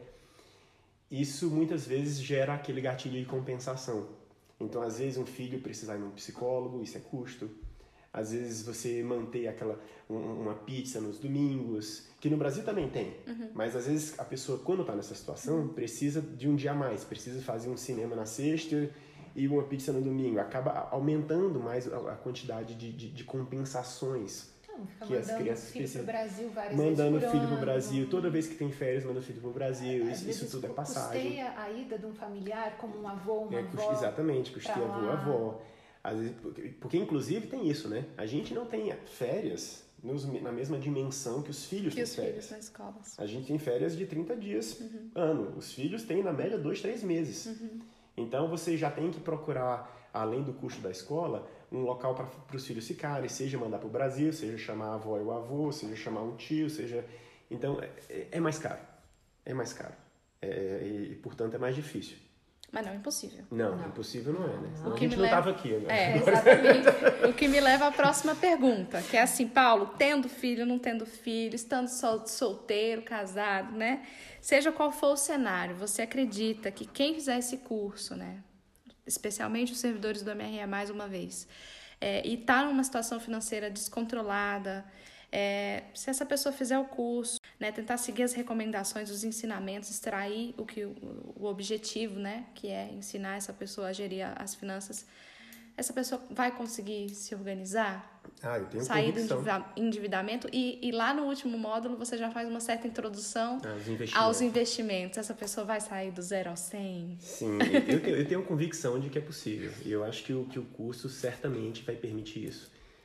Speaker 2: isso muitas vezes gera aquele gatilho de compensação. Então, às vezes, um filho precisa ir num psicólogo, isso é custo. às vezes você manter aquela, um, uma pizza nos domingos, que no Brasil também tem, uhum. mas às vezes a pessoa, quando está nessa situação, uhum. precisa de um dia a mais, precisa fazer um cinema na sexta e uma pizza no domingo, acaba aumentando mais a, a quantidade de, de, de compensações.
Speaker 3: Não, fica
Speaker 2: que as crianças
Speaker 3: filho
Speaker 2: precisam.
Speaker 3: Pro Brasil várias
Speaker 2: mandando
Speaker 3: vezes por
Speaker 2: filho
Speaker 3: ano.
Speaker 2: pro Brasil, toda vez que tem férias, manda filho pro Brasil,
Speaker 3: Às
Speaker 2: isso,
Speaker 3: vezes
Speaker 2: isso tudo é passagem.
Speaker 3: Custeia a ida de um familiar, como um avô, uma
Speaker 2: é,
Speaker 3: avó.
Speaker 2: Exatamente, custeia avô, avó. Às vezes, porque, porque, inclusive, tem isso, né? A gente não tem férias nos, na mesma dimensão que os filhos
Speaker 1: que
Speaker 2: têm
Speaker 1: os
Speaker 2: férias.
Speaker 1: filhos na escola.
Speaker 2: A gente tem férias de trinta dias uhum. ano. Os filhos têm, na média, dois, três meses. Uhum. Então, você já tem que procurar, além do custo da escola, um local para os filhos ficarem, seja mandar para o Brasil, seja chamar a avó e o avô, seja chamar um tio, seja... Então, é, é mais caro. É mais caro. É, e, portanto, é mais difícil.
Speaker 1: Mas não é impossível.
Speaker 2: Não, não. impossível não é, né? Senão
Speaker 1: o
Speaker 2: a
Speaker 1: que
Speaker 2: gente
Speaker 1: me
Speaker 2: não
Speaker 1: leva...
Speaker 2: estava aqui. Né?
Speaker 1: É, exatamente. O que me leva à próxima pergunta, que é assim, Paulo, tendo filho, não tendo filho, estando sol, solteiro, casado, né? Seja qual for o cenário, você acredita que quem fizer esse curso, né? Especialmente os servidores do M R E, mais uma vez, é, e está numa situação financeira descontrolada, é, se essa pessoa fizer o curso, né, tentar seguir as recomendações, os ensinamentos, extrair o, que, o, o objetivo, né, que é ensinar essa pessoa a gerir as finanças, essa pessoa vai conseguir se organizar?
Speaker 2: Ah, eu tenho
Speaker 1: sair
Speaker 2: convicção.
Speaker 1: do endividamento e, e lá no último módulo você já faz uma certa introdução
Speaker 2: aos investimentos.
Speaker 1: aos investimentos. Essa pessoa vai sair do zero ao cem?
Speaker 2: Sim, eu tenho, eu tenho convicção de que é possível. E eu acho que o, que o curso certamente vai permitir isso.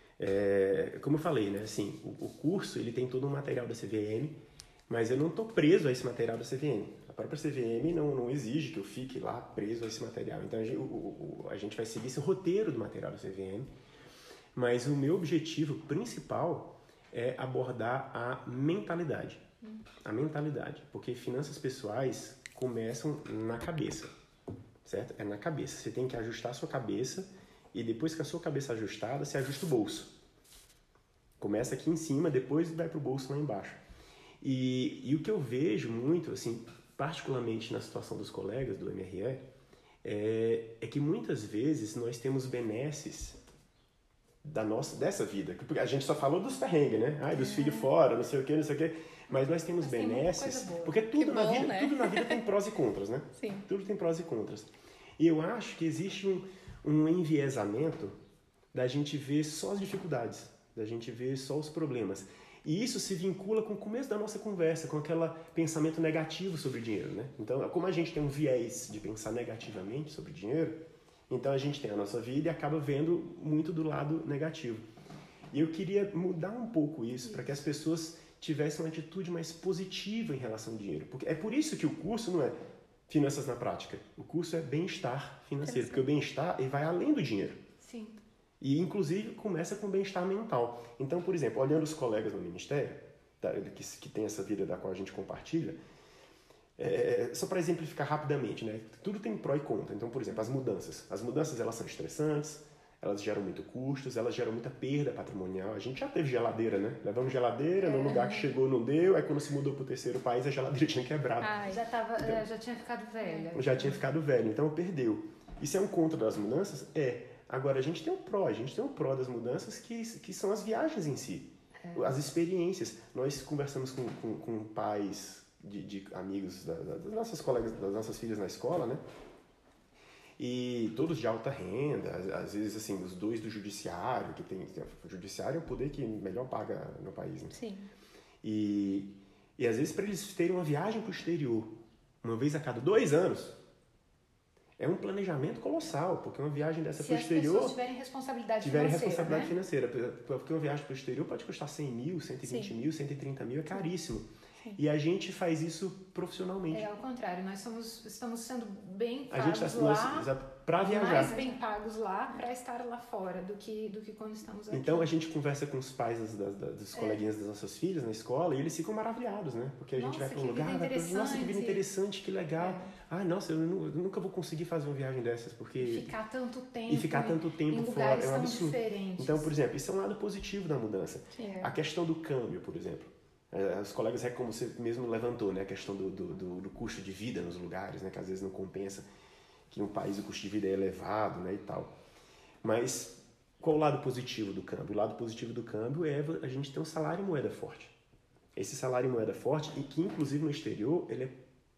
Speaker 2: É, como eu falei, né? Assim, o, o curso ele tem todo um material da C V M, mas eu não estou preso a esse material da C V M. A própria C V M não, não exige que eu fique lá preso a esse material. Então a gente, o, o, a gente vai seguir esse roteiro do material da C V M. Mas o meu objetivo principal é abordar a mentalidade. A mentalidade. Porque finanças pessoais começam na cabeça, certo? É na cabeça. Você tem que ajustar a sua cabeça e depois que a sua cabeça é ajustada, você ajusta o bolso. Começa aqui em cima, depois vai para o bolso lá embaixo. E, e o que eu vejo muito, assim, particularmente na situação dos colegas do M R E, é, é que muitas vezes nós temos benesses da nossa, dessa vida. Porque a gente só falou dos perrengues, né? Ai, dos é. filhos fora, não sei o que, não sei o que. Mas nós temos Mas benesses. Tem porque tudo na, bom, vida, né? tudo na vida tem prós e contras, né?
Speaker 1: Sim.
Speaker 2: Tudo tem prós e contras. E eu acho que existe um, um enviesamento da gente ver só as dificuldades, da gente ver só os problemas. E isso se vincula com o começo da nossa conversa, com aquele pensamento negativo sobre dinheiro, né? Então, como a gente tem um viés de pensar negativamente sobre dinheiro, então a gente tem a nossa vida e acaba vendo muito do lado negativo. E eu queria mudar um pouco isso para que as pessoas tivessem uma atitude mais positiva em relação ao dinheiro. Porque é por isso que o curso não é finanças na prática. O curso é bem-estar financeiro, porque o bem-estar ele vai além do dinheiro.
Speaker 3: Sim.
Speaker 2: E, inclusive, começa com bem-estar mental. Então, por exemplo, olhando os colegas no Ministério, tá, que, que tem essa vida da qual a gente compartilha, é, só para exemplificar rapidamente, né? Tudo tem pró e contra. Então, por exemplo, as mudanças. As mudanças, elas são estressantes, elas geram muito custos, elas geram muita perda patrimonial. A gente já teve geladeira, né? Levamos geladeira, é. no lugar que chegou não deu, aí quando se mudou para o terceiro país, a geladeira tinha quebrado.
Speaker 3: Ah, já, tava, então, já tinha ficado velha.
Speaker 2: Já tinha ficado velho, então perdeu. Isso é um contra das mudanças? É. Agora, a gente tem o pró, a gente tem o pró das mudanças que, que são as viagens em si, é. as experiências. Nós conversamos com, com, com pais de, de amigos da, da, das nossas colegas, das nossas filhas na escola, né? E todos de alta renda, às vezes, assim, os dois do judiciário, que tem, o judiciário é o poder que melhor paga no país, né?
Speaker 1: Sim.
Speaker 2: E, e às vezes, para eles terem uma viagem para o exterior, uma vez a cada dois anos, é um planejamento colossal, porque uma viagem dessa para o exterior...
Speaker 3: Se as pessoas tiverem responsabilidade
Speaker 2: tiverem
Speaker 3: financeira,
Speaker 2: responsabilidade
Speaker 3: né?
Speaker 2: financeira, porque uma viagem para o exterior pode custar cem mil, cento e vinte Sim. mil, cento e trinta mil, é caríssimo. Sim. E a gente faz isso profissionalmente.
Speaker 3: É ao contrário, nós somos, estamos sendo bem
Speaker 2: a gente
Speaker 3: pagos
Speaker 2: tá,
Speaker 3: lá,
Speaker 2: para viajar.
Speaker 3: mais bem pagos lá para estar lá fora do que, do que quando estamos aqui.
Speaker 2: Então a gente conversa com os pais das, das, dos coleguinhas é. das nossas filhas na escola e eles ficam maravilhados, né? Porque a gente
Speaker 3: nossa,
Speaker 2: vai para um lugar, vai pra, nossa, que vida interessante, que legal. É. Ah, nossa, eu, eu nunca vou conseguir fazer uma viagem dessas, porque...
Speaker 3: E ficar tanto tempo,
Speaker 2: e ficar tanto tempo
Speaker 3: em
Speaker 2: fora, é um
Speaker 3: tão
Speaker 2: absurdo.
Speaker 3: Diferentes.
Speaker 2: Então, por exemplo, isso é um lado positivo da mudança.
Speaker 3: É.
Speaker 2: A questão do câmbio, por exemplo. Os colegas, é como você mesmo levantou, né? A questão do, do, do, do custo de vida nos lugares, né? Que às vezes não compensa, que no país o custo de vida é elevado, né? E tal. Mas qual o lado positivo do câmbio? O lado positivo do câmbio é a gente ter um salário em moeda forte. Esse salário em moeda forte, e que inclusive no exterior, ele é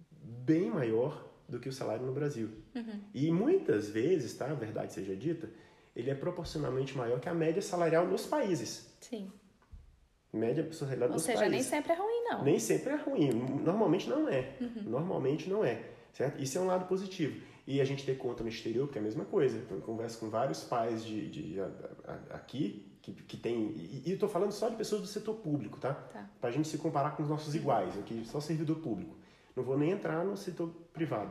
Speaker 2: bem maior do que o salário no Brasil. Uhum. E muitas vezes, tá, a verdade seja dita, ele é proporcionalmente maior que a média salarial nos países.
Speaker 1: Sim.
Speaker 2: Média salarial
Speaker 1: Ou
Speaker 2: dos
Speaker 1: seja,
Speaker 2: países.
Speaker 1: nem sempre é ruim, não.
Speaker 2: Nem sempre é ruim. Normalmente não é.
Speaker 1: Uhum.
Speaker 2: Normalmente não é. Certo? Isso é um lado positivo. E a gente ter conta no exterior, porque é a mesma coisa. Eu converso com vários pais de, de, de a, a, aqui, que, que tem... E, e eu estou falando só de pessoas do setor público, tá?
Speaker 1: Tá.
Speaker 2: Para a gente se comparar com os nossos iguais, aqui só servidor público. Não vou nem entrar no setor privado.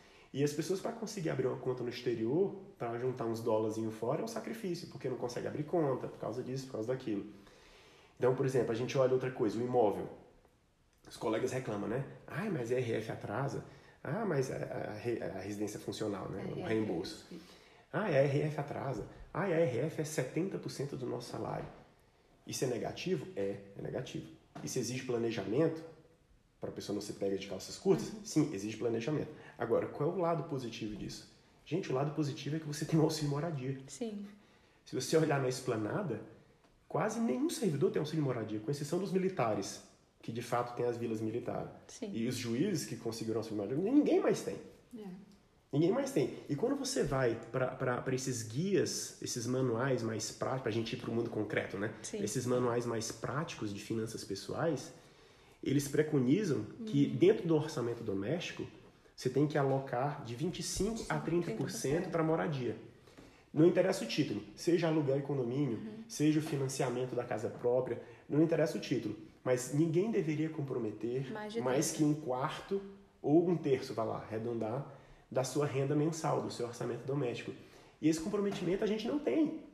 Speaker 2: E as pessoas, para conseguir abrir uma conta no exterior, para juntar uns dólares fora, é um sacrifício, porque não consegue abrir conta por causa disso, por causa daquilo. Então, por exemplo, a gente olha outra coisa, o imóvel. Os colegas reclamam, né? Ah, mas a R F atrasa. Ah, mas a, a, a residência funcional, né? O reembolso. Ah, a R F atrasa. Ah, a R F é setenta por cento do nosso salário. Isso é negativo? É, é negativo. Isso exige planejamento? Para a pessoa não se pega de calças curtas? Uhum. Sim, exige planejamento. Agora, qual é o lado positivo disso? Gente, o lado positivo é que você tem um auxílio moradia.
Speaker 1: Sim.
Speaker 2: Se você olhar na esplanada, quase nenhum servidor tem auxílio moradia, com exceção dos militares, que de fato tem as vilas militares.
Speaker 1: Sim.
Speaker 2: E os juízes que conseguiram auxílio moradia, ninguém mais tem. É. Ninguém mais tem. E quando você vai para esses guias, esses manuais mais práticos, para a gente ir para o mundo concreto, né?
Speaker 1: Sim.
Speaker 2: Esses manuais mais práticos de finanças pessoais, eles preconizam que uhum. dentro do orçamento doméstico, você tem que alocar de vinte e cinco por cento a trinta por cento para moradia. Não interessa o título, seja aluguel e condomínio, uhum. seja o financiamento da casa própria, não interessa o título. Mas ninguém deveria comprometer mais, mais que um quarto ou um terço, vai lá, arredondar, da sua renda mensal, do seu orçamento doméstico. E esse comprometimento a gente não tem.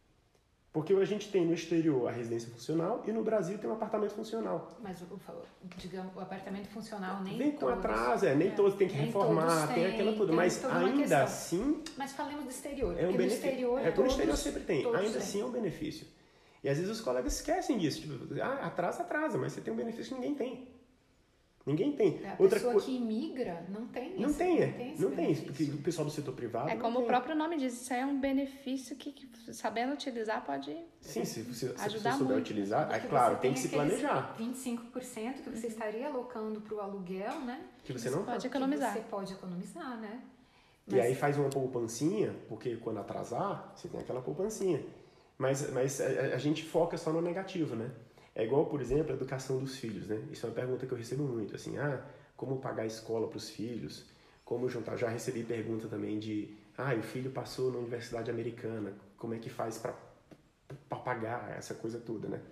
Speaker 2: Porque a gente tem no exterior a residência funcional e no Brasil tem um apartamento funcional.
Speaker 3: Mas, digamos, o apartamento funcional nem
Speaker 2: Vem com
Speaker 3: todos,
Speaker 2: atraso, é, nem é, todos tem que reformar, tem aquela tudo. Mas ainda assim...
Speaker 3: Mas falemos do exterior.
Speaker 2: É um benefício. No exterior, é,
Speaker 3: todos,
Speaker 2: no exterior sempre tem. Ainda
Speaker 3: têm.
Speaker 2: assim é um benefício. E às vezes os colegas esquecem disso. Tipo, ah, atrasa, atrasa, mas você tem um benefício que ninguém tem. Ninguém tem.
Speaker 3: A
Speaker 2: Outra
Speaker 3: pessoa
Speaker 2: co...
Speaker 3: que imigra não tem
Speaker 2: não
Speaker 3: esse,
Speaker 2: tem,
Speaker 3: não tem,
Speaker 2: não tem, porque o pessoal do setor privado
Speaker 1: é como
Speaker 2: tem.
Speaker 1: O próprio nome diz, isso é um benefício que, que sabendo utilizar pode
Speaker 2: Sim, se você,
Speaker 1: ajudar
Speaker 2: se você souber
Speaker 1: muito.
Speaker 2: utilizar, é claro, tem, tem que se planejar.
Speaker 3: vinte e cinco por cento que você uhum. estaria alocando para o aluguel, né?
Speaker 2: Que você não
Speaker 1: pode economizar.
Speaker 3: Você pode economizar, né?
Speaker 2: Mas... E aí faz uma poupancinha, porque quando atrasar, você tem aquela poupancinha. Mas, mas a, a gente foca só no negativo, né? É igual, por exemplo, a educação dos filhos, né? Isso é uma pergunta que eu recebo muito, assim, ah, como pagar a escola para os filhos, como juntar. Já recebi pergunta também de, ah, o filho passou na universidade americana, como é que faz para pagar essa coisa toda, né?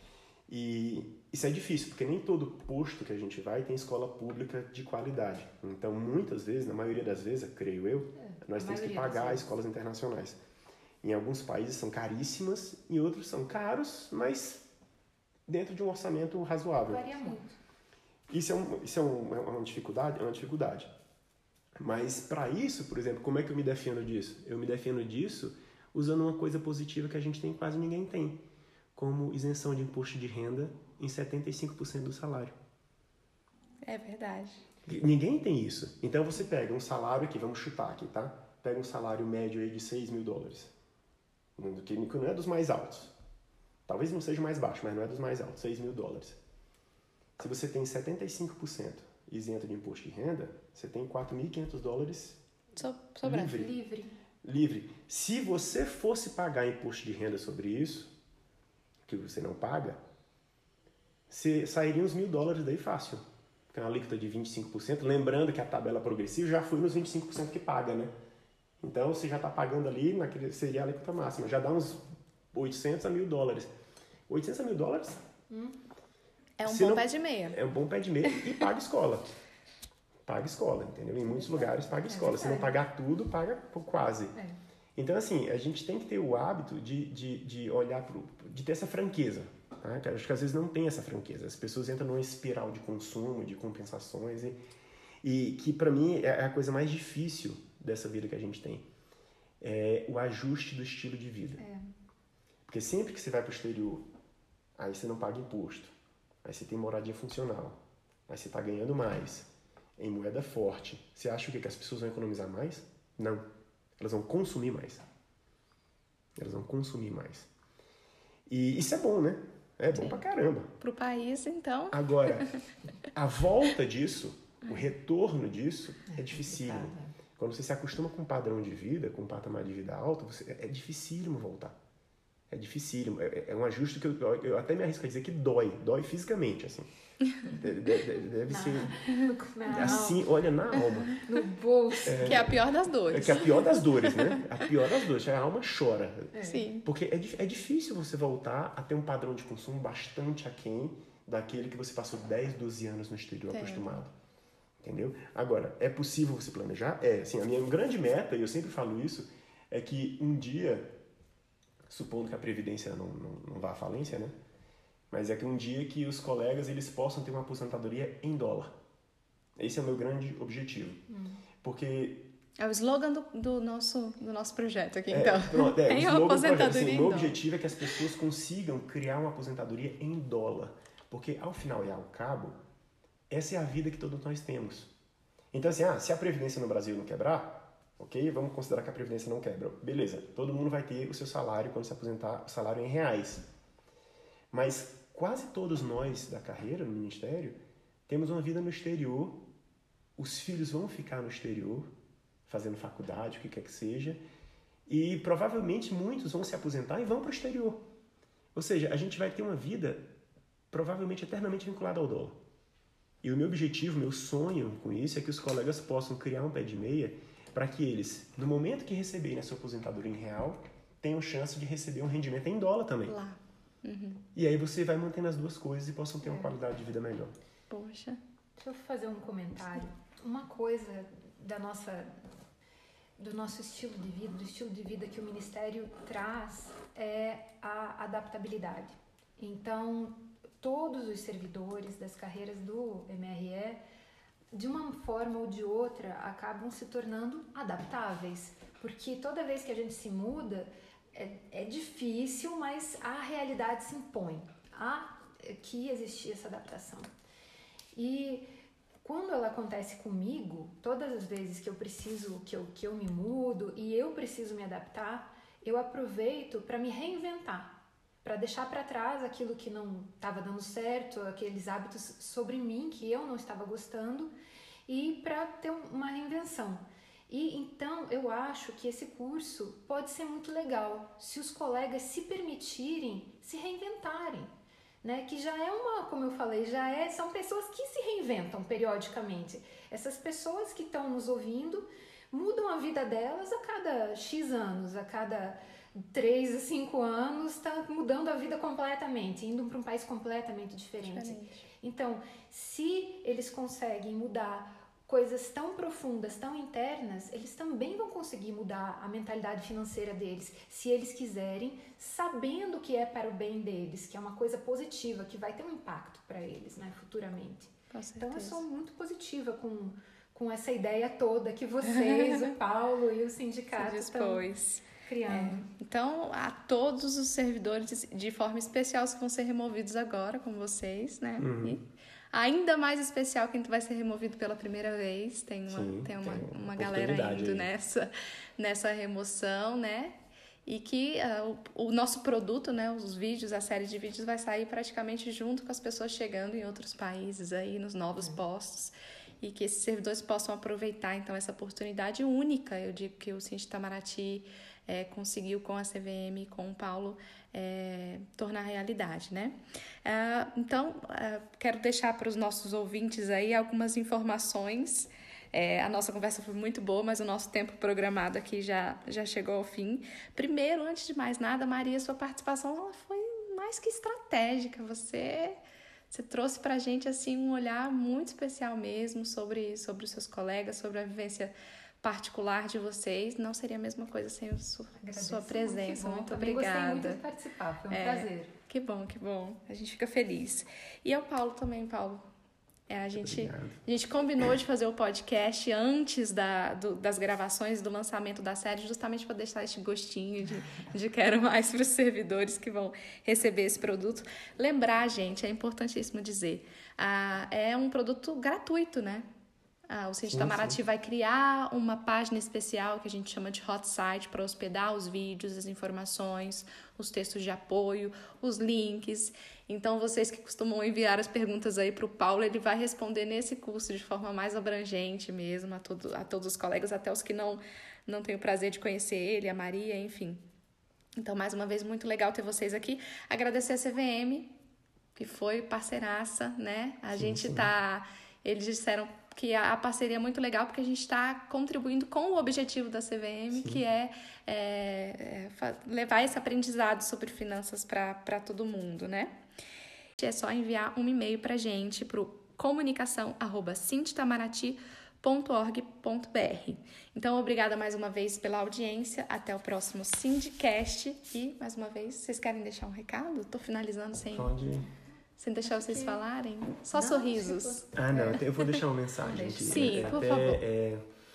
Speaker 2: E isso é difícil, porque nem todo posto que a gente vai tem escola pública de qualidade. Então, muitas vezes, na maioria das vezes, creio eu, é, nós temos que pagar escolas internacionais. Em alguns países são caríssimas, em outros são caros, mas dentro de um orçamento razoável.
Speaker 3: Varia muito.
Speaker 2: Isso é, um, isso é, um, é uma dificuldade? É uma dificuldade. Mas para isso, por exemplo, como é que eu me defendo disso? Eu me defendo disso usando uma coisa positiva que a gente tem quase ninguém tem, como isenção de imposto de renda em setenta e cinco por cento do salário.
Speaker 1: É verdade.
Speaker 2: Ninguém tem isso. Então você pega um salário aqui, vamos chutar aqui, tá? Pega um salário médio aí de seis mil dólares, que não é dos mais altos. Talvez não seja o mais baixo, mas não é dos mais altos, seis mil dólares. Se você tem setenta e cinco por cento isento de imposto de renda, você tem quatro mil e quinhentos dólares
Speaker 1: so, livre.
Speaker 3: livre.
Speaker 2: Livre. Se você fosse pagar imposto de renda sobre isso, que você não paga, você sairia uns mil dólares daí fácil. Que é uma alíquota de vinte e cinco por cento. Lembrando que a tabela progressiva já foi nos vinte e cinco por cento que paga, né? Então, você já está pagando ali, naquele, seria a alíquota máxima. Já dá uns oitocentos a mil dólares. oitocentos a mil dólares?
Speaker 3: Hum.
Speaker 1: É um bom
Speaker 2: não,
Speaker 1: pé de meia.
Speaker 2: É um bom pé de meia e paga escola. Paga escola, entendeu? Em muitos lugares paga escola. Se não pagar tudo, paga quase.
Speaker 3: É.
Speaker 2: Então, assim, a gente tem que ter o hábito de, de, de olhar, pro, de ter essa franqueza. Tá? Acho que às vezes não tem essa franqueza. As pessoas entram numa espiral de consumo, de compensações. E, e que, para mim, é a coisa mais difícil dessa vida que a gente tem. É o ajuste do estilo de vida.
Speaker 3: É.
Speaker 2: Porque sempre que você vai para o exterior, aí você não paga imposto. Aí você tem moradia funcional. Aí você está ganhando mais. Em moeda forte. Você acha o quê? Que as pessoas vão economizar mais? Não. Elas vão consumir mais. Elas vão consumir mais. E isso é bom, né? É bom Sim. pra caramba.
Speaker 1: Pro país, então.
Speaker 2: Agora, a volta disso, o retorno disso, é, é dificílimo. Quando você se acostuma com um padrão de vida, com um patamar de vida alto, você, é dificílimo voltar. É dificílimo. É, é um ajuste que eu, eu até me arrisco a dizer que dói. Dói fisicamente, assim. Deve, deve, deve ser assim, olha, na alma.
Speaker 3: No bolso.
Speaker 1: É, que é a pior das dores.
Speaker 2: É que é a pior das dores, né? A pior das dores. A alma chora.
Speaker 1: É. Sim.
Speaker 2: Porque é, é difícil você voltar a ter um padrão de consumo bastante aquém daquele que você passou dez, doze anos no exterior é. acostumado. Entendeu? Agora, é possível você planejar? É. Assim, a minha grande meta, e eu sempre falo isso, é que um dia, supondo que a Previdência não, não, não vá à falência, né? Mas é que um dia que os colegas eles possam ter uma aposentadoria em dólar. Esse é o meu grande objetivo. Hum. Porque...
Speaker 1: É o slogan do, do, nosso, do nosso projeto aqui,
Speaker 2: é,
Speaker 1: então.
Speaker 2: Pronto, é,
Speaker 1: tem
Speaker 2: o
Speaker 1: uma aposentadoria
Speaker 2: assim,
Speaker 1: em
Speaker 2: o meu
Speaker 1: dólar.
Speaker 2: objetivo é que as pessoas consigam criar uma aposentadoria em dólar. Porque, ao final e ao cabo, essa é a vida que todos nós temos. Então, assim, ah, se a Previdência no Brasil não quebrar, ok, vamos considerar que a Previdência não quebra. Beleza, todo mundo vai ter o seu salário, quando se aposentar, o salário em reais. Mas quase todos nós da carreira no Ministério temos uma vida no exterior, os filhos vão ficar no exterior, fazendo faculdade, o que quer que seja, e provavelmente muitos vão se aposentar e vão para o exterior. Ou seja, a gente vai ter uma vida provavelmente eternamente vinculada ao dólar. E o meu objetivo, meu sonho com isso é que os colegas possam criar um pé de meia para que eles, no momento que receberem a sua aposentadoria em real, tenham chance de receber um rendimento em dólar também.
Speaker 1: Lá. Uhum.
Speaker 2: E aí você vai mantendo as duas coisas e possam ter uma qualidade de vida melhor.
Speaker 1: Poxa.
Speaker 3: Deixa eu fazer um comentário. Uma coisa da nossa, do nosso estilo de vida, do estilo de vida que o Ministério traz é a adaptabilidade. Então, todos os servidores das carreiras do M R E, de uma forma ou de outra, acabam se tornando adaptáveis. Porque toda vez que a gente se muda, É, é difícil, mas a realidade se impõe. Há que existir essa adaptação. E quando ela acontece comigo, todas as vezes que eu preciso, que eu, que eu me mudo e eu preciso me adaptar, eu aproveito para me reinventar, para deixar para trás aquilo que não estava dando certo, aqueles hábitos sobre mim que eu não estava gostando e para ter uma reinvenção. E então eu acho que esse curso pode ser muito legal se os colegas se permitirem se reinventarem, né? Que já é uma, como eu falei, já é, são pessoas que se reinventam periodicamente. Essas pessoas que estão nos ouvindo mudam a vida delas a cada X anos, a cada três a cinco anos, está mudando a vida completamente, indo para um país completamente diferente. diferente. Então, se eles conseguem mudar coisas tão profundas, tão internas, eles também vão conseguir mudar a mentalidade financeira deles, se eles quiserem, sabendo que é para o bem deles, que é uma coisa positiva, que vai ter um impacto para eles, né, futuramente. Então eu sou muito positiva com, com essa ideia toda que vocês, o Paulo e o sindicato estão criando.
Speaker 1: É. Então, a todos os servidores, de forma especial, que vão ser removidos agora, com vocês, né? Uhum. E ainda mais especial quem vai ser removido pela primeira vez. Tem uma, Sim, tem uma, tem uma galera indo nessa, nessa remoção, né? E que uh, o, o nosso produto, né? Os vídeos, a série de vídeos vai sair praticamente junto com as pessoas chegando em outros países aí, nos novos é. postos. E que esses servidores possam aproveitar, então, essa oportunidade única. Eu digo que o Síndico Itamaraty é, conseguiu com a C V M, com o Paulo, é, tornar realidade, né? É, então, é, quero deixar para os nossos ouvintes aí algumas informações. É, a nossa conversa foi muito boa, mas o nosso tempo programado aqui já, já chegou ao fim. Primeiro, antes de mais nada, Maria, sua participação ela foi mais que estratégica. Você... Você trouxe pra gente, assim, um olhar muito especial mesmo sobre, sobre os seus colegas, sobre a vivência particular de vocês. Não seria a mesma coisa sem a sua, sua presença.
Speaker 3: Muito,
Speaker 1: muito obrigada.
Speaker 3: Gostei muito de participar, foi um
Speaker 1: é,
Speaker 3: prazer.
Speaker 1: Que bom, que bom. A gente fica feliz. E ao Paulo também, Paulo. É, a, gente, a gente combinou de fazer o podcast antes da, do, das gravações, do lançamento da série, justamente para deixar esse gostinho de, de quero mais para os servidores que vão receber esse produto. Lembrar, gente, é importantíssimo dizer, ah, é um produto gratuito, né? Ah, o Cindy Itamaraty vai criar uma página especial que a gente chama de hot site para hospedar os vídeos, as informações, os textos de apoio, os links. Então, vocês que costumam enviar as perguntas aí para o Paulo, ele vai responder nesse curso de forma mais abrangente mesmo a, todo, a todos os colegas, até os que não, não têm o prazer de conhecer ele, a Maria, enfim. Então, mais uma vez, muito legal ter vocês aqui. Agradecer a C V M, que foi parceiraça, né? A sim, gente sim. tá... Eles disseram que a parceria é muito legal porque a gente está contribuindo com o objetivo da C V M, sim. que é, é, é levar esse aprendizado sobre finanças para todo mundo, né? É só enviar um e-mail para a gente, para o comunicação arroba cindy itamaraty ponto org ponto b r. Então, obrigada mais uma vez pela audiência. Até o próximo Cindcast. E, mais uma vez, vocês querem deixar um recado? Estou finalizando sem...
Speaker 2: Pode...
Speaker 1: Sem deixar
Speaker 3: Acho
Speaker 1: vocês
Speaker 3: que...
Speaker 1: falarem? Só
Speaker 3: não,
Speaker 1: sorrisos.
Speaker 3: Tipo...
Speaker 2: Ah, não. Eu vou deixar uma mensagem aqui.
Speaker 1: Sim,
Speaker 2: é,
Speaker 1: por
Speaker 2: até,
Speaker 1: favor.
Speaker 2: É,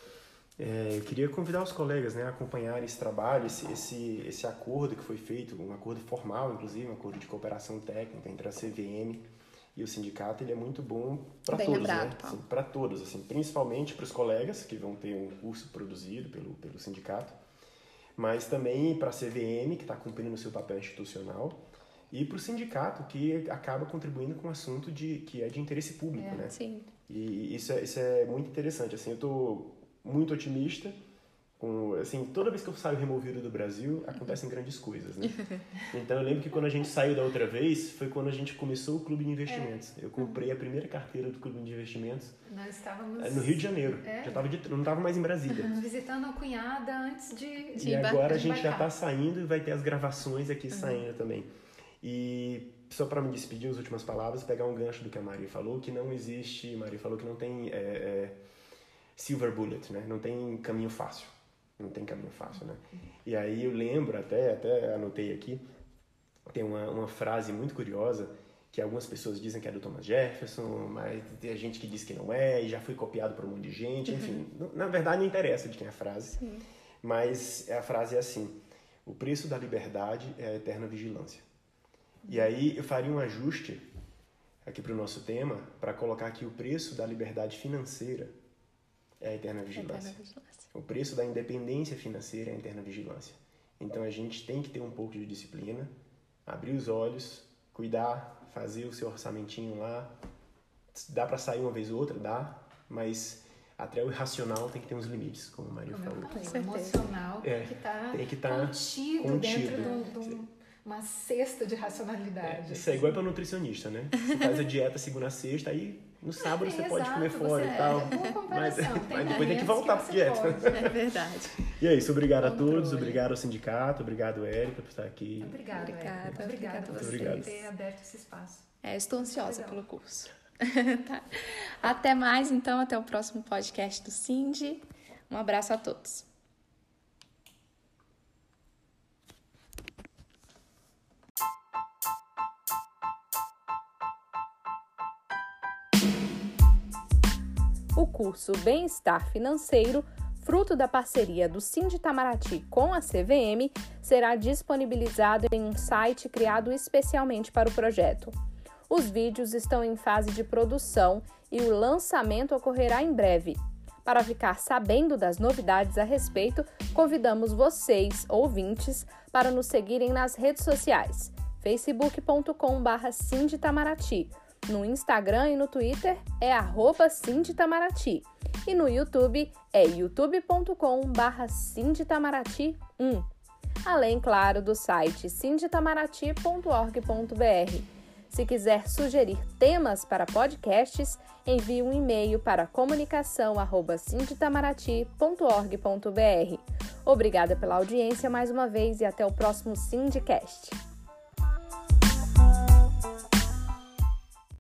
Speaker 2: é, eu queria convidar os colegas, né, a acompanhar esse trabalho, esse, esse, esse acordo que foi feito, um acordo formal, inclusive, um acordo de cooperação técnica entre a C V M e o sindicato. Ele é muito bom para todos,
Speaker 1: lembrado,
Speaker 2: né? Assim, para todos, assim, principalmente para os colegas que vão ter um curso produzido pelo, pelo sindicato, mas também para a C V M, que está cumprindo o seu papel institucional, e para o sindicato, que acaba contribuindo com um assunto de, que é de interesse público,
Speaker 1: é,
Speaker 2: né?
Speaker 1: Sim.
Speaker 2: E isso é, isso é muito interessante. Assim, eu estou muito otimista. Com, assim, toda vez que eu saio removido do Brasil, acontecem grandes coisas, né? Então, eu lembro que quando a gente saiu da outra vez, foi quando a gente começou o Clube de Investimentos. É. Eu comprei a primeira carteira do Clube de Investimentos.
Speaker 3: Nós estávamos...
Speaker 2: no Rio de Janeiro.
Speaker 3: É.
Speaker 2: Já tava de, não estava mais em Brasília.
Speaker 3: Visitando a cunhada antes de, de
Speaker 2: E agora a gente
Speaker 3: embarcar.
Speaker 2: já está saindo e vai ter as gravações aqui uhum. saindo também. E só para me despedir, as últimas palavras, pegar um gancho do que a Maria falou, que não existe, Maria falou que não tem é, é, silver bullet, né? Não tem caminho fácil. Não tem caminho fácil, né? E aí eu lembro, até, até anotei aqui, tem uma, uma frase muito curiosa, que algumas pessoas dizem que é do Thomas Jefferson, mas tem gente que diz que não é, e já foi copiado por um monte de gente, enfim. Uhum. Na verdade, não interessa de quem é a frase, sim. Mas a frase é assim: o preço da liberdade é a eterna vigilância. E aí eu faria um ajuste aqui para o nosso tema, para colocar aqui o preço da liberdade financeira é a eterna vigilância. Eterna vigilância. O preço da independência financeira é a eterna vigilância. Então a gente tem que ter um pouco de disciplina, abrir os olhos, cuidar, fazer o seu orçamentinho lá. Dá para sair uma vez ou outra? Dá, mas até o irracional tem que ter uns limites, como a Maria
Speaker 3: como
Speaker 2: falou.
Speaker 3: Eu falei, o emocional
Speaker 2: é,
Speaker 3: tem que estar
Speaker 2: tem que tá
Speaker 3: contido, contido dentro de um... De um... uma cesta de racionalidade.
Speaker 2: É, isso é igual para nutricionista, né? Você faz a dieta segunda a sexta, aí no sábado é, você exato, pode comer fora e tal.
Speaker 3: É boa comparação.
Speaker 2: Mas,
Speaker 3: tem
Speaker 2: mas depois tem que voltar para dieta.
Speaker 1: Pode. É verdade.
Speaker 2: E é isso, obrigado Controle. a todos, obrigado ao sindicato, obrigado, Érica, por estar aqui.
Speaker 3: Obrigada,
Speaker 1: obrigada,
Speaker 3: obrigada por
Speaker 2: obrigado.
Speaker 3: ter aberto esse espaço.
Speaker 1: É, estou ansiosa pelo curso. Tá. Até mais, então, até o próximo podcast do Cindy. Um abraço a todos. O curso Bem-Estar Financeiro, fruto da parceria do Cindy Itamaraty com a C V M, será disponibilizado em um site criado especialmente para o projeto. Os vídeos estão em fase de produção e o lançamento ocorrerá em breve. Para ficar sabendo das novidades a respeito, convidamos vocês, ouvintes, para nos seguirem nas redes sociais, facebook ponto com barra cindy itamaraty. No Instagram e no Twitter é arroba cindy itamaraty. E no YouTube é youtube ponto com barra cindy itamaraty um. Além, claro, do site cindy itamaraty ponto org ponto b r. Se quiser sugerir temas para podcasts, envie um e-mail para comunicação arroba cindy itamaraty ponto org ponto b r. Obrigada pela audiência mais uma vez e até o próximo Cindcast.